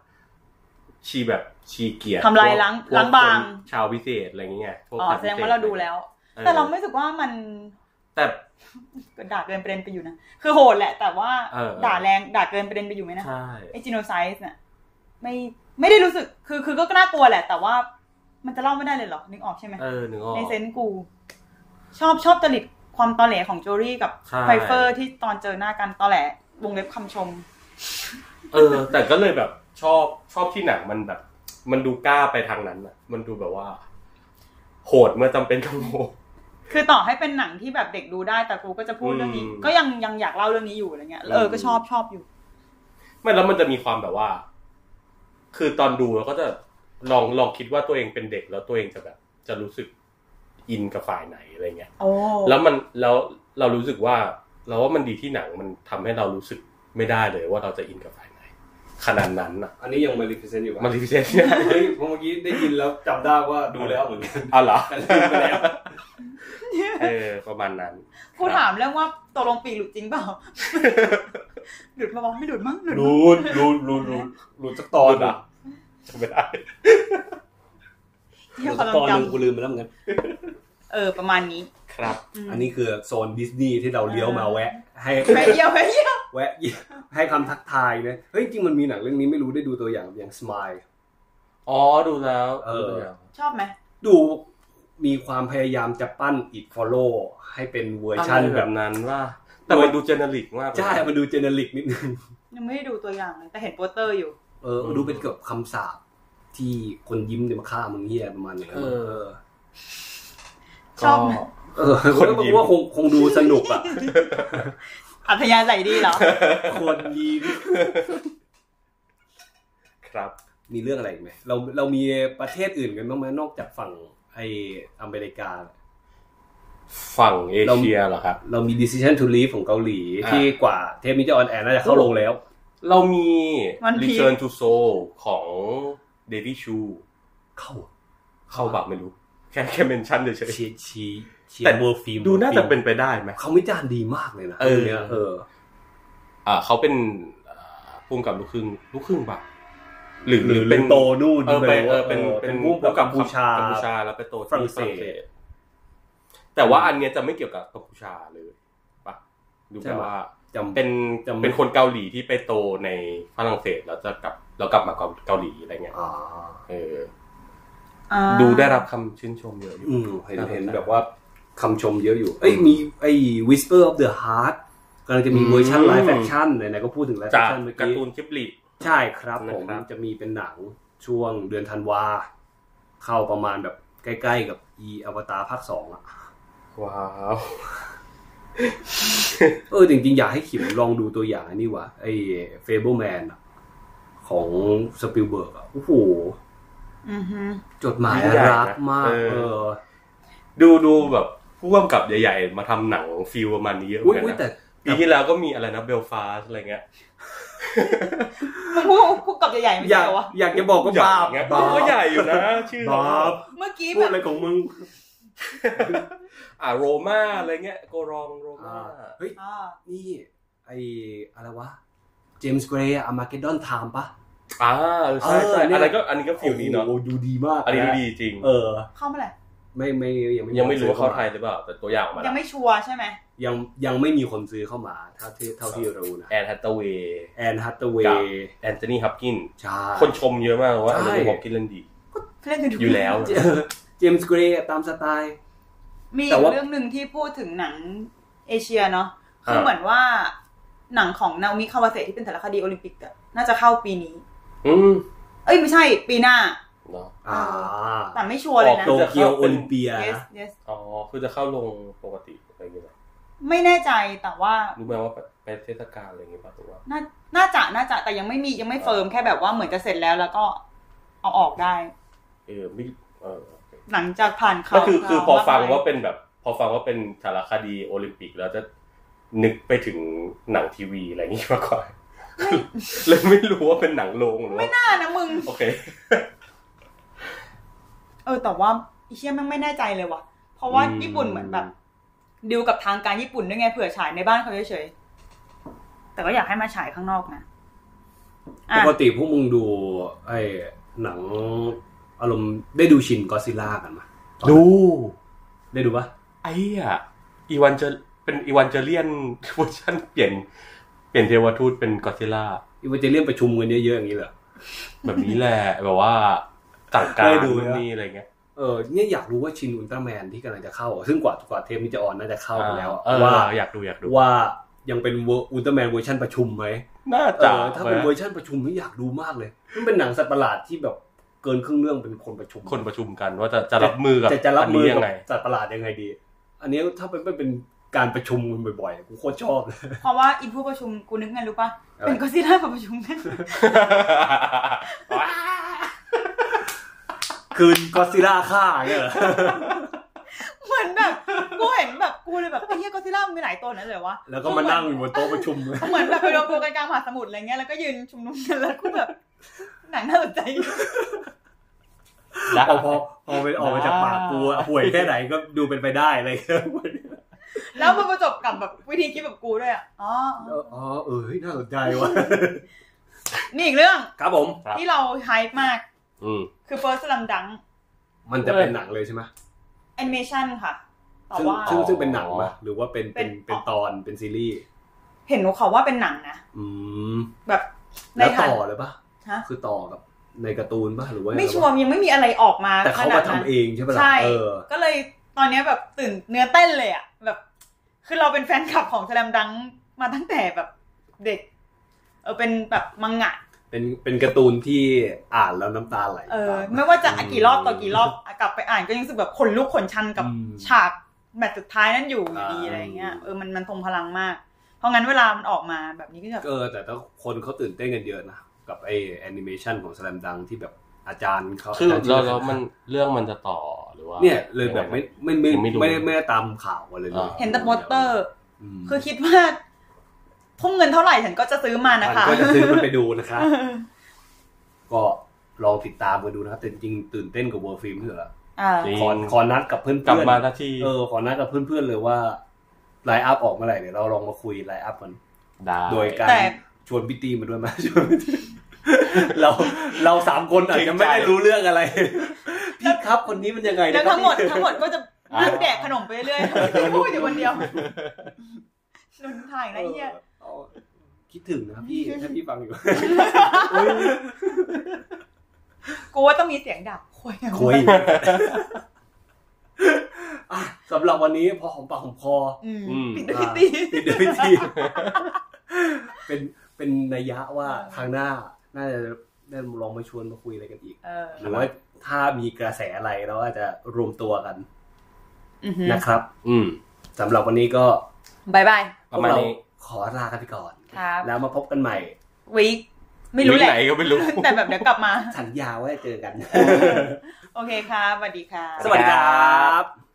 ชีเกียรติทำลายล้างบางชาววิเศษอะไรเงี้ยแสดงว่าเราดูแล้วแต่เราไม่รู้สึกว่ามันแต่ก็ด่าเกินประเด็นไปอยู่นะคือโหดแหละแต่ว่าด่าแรงด่าเกินประเด็นไปอยู่ไหมนะไอ้จีโนไซส์เนี่ยไม่ได้รู้สึกคือก็น่ากลัวแหละแต่ว่ามันจะเล่าไม่ได้เลยเหรอนึกออกใช่ไหมนึกออกในเซนส์กูชอบจริตความตอแหลของโจรี่กับไฟเฟอร์ที่ตอนเจอหน้ากันตอแหลวงเล็บคำชมแต่ก็เลยแบบชอบที่หนังมันแบบมันดูกล้าไปทางนั้นอ่ะมันดูแบบว่าโหดเมื่อจำเป็นต้องโหดคือต่อให้เป็นหนังที่แบบเด็กดูได้แต่กูก็จะพูดเรื่องนี้ก็ยังอยากเล่าเรื่องนี้อยู่อะไรเงี้ยก็ชอบอยู่ไม่แล้วมันจะมีความแบบว่าคือตอนดูเราก็จะลองคิดว่าตัวเองเป็นเด็กแล้วตัวเองจะแบบจะรู้สึกอินกับฝ่ายไหนอะไรเงี้ยแล้วเรารู้สึกว่ามันดีที่หนังมันทำให้เรารู้สึกไม่ได้เลยว่าเราจะอินกับฝ่ายไหนขนาดนั้นอ่ะอันนี้ยังMaleficentอยู่ป่ะ Maleficent เฮ้ยเมื่อกี้ได้ยินแล้วจำได้ว่าดูแล้วเหมือนกันเหรอไปแล้วประมาณนั้นกูถามเรื่องว่าตกลงปีกหลุดจริงเปล่าหลุดมาบ้างไม่หลุดมั้งหลุดสักตอนอ่ะจำไม่ได้ตอนนึงกูลืมไปแล้วเหมือนกันประมาณนี้ครับอันนี้คือโซนดิสนีย์ที่เราเลี้ยวมาแวะให้เยี่ยวแวะให้คำทักทายนะเฮ้ยจริงมันมีหนังเรื่องนี้ไม่รู้ได้ดูตัวอย่าง Smile ดูแล้วชอบไหมดูมีความพยายามจะปั้น It Follow ให้เป็นเวอร์ชั่นแบบนั้นว่าแต่มันดูเจเนริกมากใช่มันดูเจเนริกนิดนึงยังไม่ได้ดูตัวอย่างเลยแต่เห็นโปสเตอร์อยู่ดูเป็นเกี่ยวกับคำสาปที่คนยิ้มจะมาฆ่ามึงเหี้ยประมาณนี้ชอบคนยิ้มว่าคงดูสนุกอ่ะอัธยาศัยดีเหรอคนยิ้มครับมีเรื่องอะไรอีกไหมเรามีประเทศอื่นกันบ้างไหมนอกจากฝั่งไออเมริกาฝั่งเอเชียเหรอครับเรามี Decision to Leave ของเกาหลีที่กว่าเทปนี้จะออนแอร์น่าจะเข้าลงแล้วเรามี Return to Seoul ของ Daily Chu เข้าแบบไม่รู้แค่เมนชั่นเฉยๆแต่ดูน่าจะเป็นไปได้ไหมเขาวิจารณ์ดีมากเลยนะเนี่ยเขาเป็นภูมิกับลูกครึ่งป่ะหรือเป็นโตนู่นเป็นภูมิกับกัมพูชาแล้วไปโตที่ฝรั่งเศสแต่ว่าอันเนี้ยจะไม่เกี่ยวกับกัมพูชาเลยป่ะดูแบบว่าเป็นคนเกาหลีที่ไปโตในฝรั่งเศสแล้วกลับมาเกาหลีอะไรเงี้ยดูได้รับคำชื่นชมเยอะอยู่เห็นแบบว่าคำชมเยอะอยู่มีไอ้ Whisper of the Heart กำลังจะมีเวอร์ชันไลฟ์แฟคชั่นไหนๆก็พูดถึงไลฟ์แฟคชั่นเมื่อกี้การ์ตูนคิบลิใช่ครับผมจะมีเป็นหนังช่วงเดือนธันวาเข้าประมาณแบบใกล้ๆกับอวตารภาค2อ่ะว้าวจริงๆอยากให้ขิมลองดูตัวอย่างนี่ว่ะไอ้ Fableman ของสปิลเบิร์กอ่ะโอ้โหจดหมายรักมากดูแบบผู้กำกับใหญ่ๆมาทำหนังฟีลประมาณนี้เยอะเหมือนกันนะปีที่แล้วก็มีอะไรนะเบลฟาสอะไรเงี้ยผู้กำกับใหญ่ๆไม่ใช่เหรอวะอยากจะบอกก็บาปก็ใหญ่อยู่นะชื่อเมื่อกี้พูดอะไรของมึงโรม่าอะไรเงี้ยโกรองโรม่าเฮ้ยนี่ไออะไรวะเจมส์เกรย์อะมาร์เกดดอนไทม์ปะใช่อะไรก็อันนี้ก็ฟิลนี้เนาะโอ้ดูดีมากอันนี้ดูดีจริงเข้าเมื่อไหร่ไม่ยังไม่รู้ว่าเข้าไทยหรือเปล่าแต่ตัวอย่างมายังไม่ชัวร์ใช่ไหมยังไม่มีคนซื้อเข้ามาเท่าที่รู้นะแอนฮัตเตอร์เวย์กับแอนโทนีฮัปกินใช่คนชมเยอะมากว่าแอนโทนีฮัปกินเล่นดีอยู่แล้วเจมส์เกรย์ตามสไตล์มีเรื่องนึงที่พูดถึงหนังเอเชียเนาะคือเหมือนว่าหนังของนาโอมิคาวาเซที่เป็นสารคดีโอลิมปิกอะน่าจะเข้าปีนี้ไม่ใช่ปีหน้าแต่ไม่ชัวร์เลยนะโตเกียวโอลิมเปียคือจะเข้าลงปกติอะไรอย่างเงี้ยไม่แน่ใจแต่ว่ารู้ไหมว่าไปเทศกาลอะไรอย่างเงี้ยป่ะตัวว่าน่าจะแต่ยังไม่เฟิร์มแค่แบบว่าเหมือนจะเสร็จแล้วก็เอาออกได้ไม่หลังจากผ่านก็คือพอฟังว่าเป็นสารคดีโอลิมปิกแล้วจะนึกไปถึงหนังทีวีอะไรอย่างงี้มากกว่าเลยไม่รู้ว่าเป็นหนังโรงหรือไม่น่านะมึงโอเคแต่ว่าอีเชี่ยแม่งไม่แน่ใจเลยว่ะเพราะว่าญี่ปุ่นเหมือนแบบดีลกับทางการญี่ปุ่นด้วยไงเผื่อฉายในบ้านเขาเฉยๆแต่ก็อยากให้มาฉายข้างนอกนะปกติพวกมึงดูไอ้หนังอารมณ์ได้ดูชินก็อดซิลล่ากันมั้ยได้ดูปะอีวานจะเป็นอีวานเจเลียนเวอร์ชั่นเปลี่ยนเทวทูตเป็นก็อดซิลล่าอีวานเจเลียนประชุมกันเยอะๆอย่างนี้เหรอแบบนี้แหละแบบว่าต่างการดูนี่อะไรเงี้ยเนี่ยอยากรู้ว่าชินอุลตร้าแมนที่กำลังจะเข้าซึ่งกว่าเทปนี้จะออนน่าจะเข้าไปแล้วว่าอยากดูว่ายังเป็นอุลตร้าแมนเวอร์ชันประชุมไหมน่าจะถ้าเป็นเวอร์ชันประชุมนี่อยากดูมากเลยมันเป็นหนังสัตว์ประหลาดที่แบบเกินครึ่งเรื่องเป็นคนประชุมกันว่าจะรับมือกับจะรับมือยังไงสัตว์ประหลาดยังไงดีอันนี้ถ้าเป็นการประชุมกันบ่อยๆกูโคตรชอบเลยเพราะว่าอีผู้ประชุมกูนึกไงรู้ป่ะเป็นก็อดซิลล่าประชุมกันคืนก็อดซิลล่าฆ่าเนี่ยเหมือนแบบกูเห็นแบบกูเลยแบบไอ้เหี้ยก็อดซิลล่ามีหลายตัวนั่นเลยวะแล้วก็มานั่งอยู่บนโต๊ะประชุมเหมือนแบบไปรวมตัวกันกลางมหาสมุทรอะไรเงี้ยแล้วก็ยืนชุมนุมกันแล้วกูแบบหนังน่าสนใจพอไปออกมาจากปากกูห่วยแค่ไหนก็ดูเป็นไปได้อะไรแล้วมันประจบกับแบบวิธีคิดแบบกูด้วยน่าสนใจว่ะนี่อีกเรื่องครับผมที่เราไฮป์มากคือ First Slam Dunk มันจะเป็นหนังเลยใช่ไหมแอนิเมชั่นค่ะแต่ว่าซึ่งเป็นหนังมั้ยหรือว่าเป็นตอนเป็นซีรีส์เห็นเขาว่าเป็นหนังนะแบบในต่อเลยป่ะคือต่อกับในการ์ตูนป่ะหรือว่าไม่ชัวร์ยังไม่มีอะไรออกมาแต่เขามาทำเองใช่ป่ะใช่ก็เลยตอนนี้แบบตื่นเนื้อเต้นเลยอ่ะแบบคือเราเป็นแฟนคลับของ Slam Dunk มาตั้งแต่แบบเด็กเป็นแบบมังงะเป็นการ์ตูนที่อ่านแล้วน้ำตาไหลไม่ว่าจะกี่รอบต่อกี่รอบกลับไปอ่านก็ยังรู้สึกแบบขนลุกขนชันกับฉากแมตช์สุดท้ายนั่นอยู่ดีอะไรเงี้ยมันทรงพลังมากเพราะงั้นเวลามันออกมาแบบนี้ก็แบบแต่ถ้าคนเขาตื่นเต้นกันเยอะนะกับไอ้แอนิเมชันของ Slam Dunk ที่แบบอาจารย์เขาคือแล้วมันเรื่องมันจะต่อหรือว่าเนี่ยเลยแบบไม่ได้ตามข่าวอะไรเลยเห็นแต่โปสเตอร์คือคิดว่าทุ่มเงินเท่าไหร่ฉันก็จะซื้อมานะคะก็จะซื้อมันไปดูนะคะก็ลองติดตามกันดูนะครับแต่จริงตื่นเต้นกับเวิร์ฟิล์มที่เหรอขอนัดกับเพื่อนๆกลับมาทันทีขอนัดกับเพื่อนๆเลยว่าไลน์อัพออกเมื่อไหร่เดี๋ยวเราลองมาคุยไลน์อัพกันโดยการชวนพี่ตีมาด้วยมาชวนเรา3คนอาจจะไม่ได้รู้เรื่องอะไรพี่ครับคนนี้มันยังไงแล้วทั้งหมดก็จะนั่งแดกขนมไปเรื่อยๆพูดอยู่คนเดียวนุ่นถ่ายอะไรเงี้ยคิดถึงนะครับพี่ถ้าพี่ฟังอยู่กูว่าต้องมีเสียงดับคุยสำหรับวันนี้พอหอมปากหอมคอปิดด้วยวิธีเป็นนัยยะว่าทางหน้าน่าจะได้ลองมาชวนมาคุยอะไรกันอีกหรือว่าถ้ามีกระแสอะไรเราอาจจะรวมตัวกันนะครับสำหรับวันนี้ก็บายบายประมาณนี้ขอลากันไปก่อนแล้วมาพบกันใหม่วีคไม่รู้แหละก็ไม่รู้แต่แบบเดี๋ยวกลับมาสัญญาว่าจะเจอกันโอเคค่ะสวัสดีค่ะสวัสดีครับ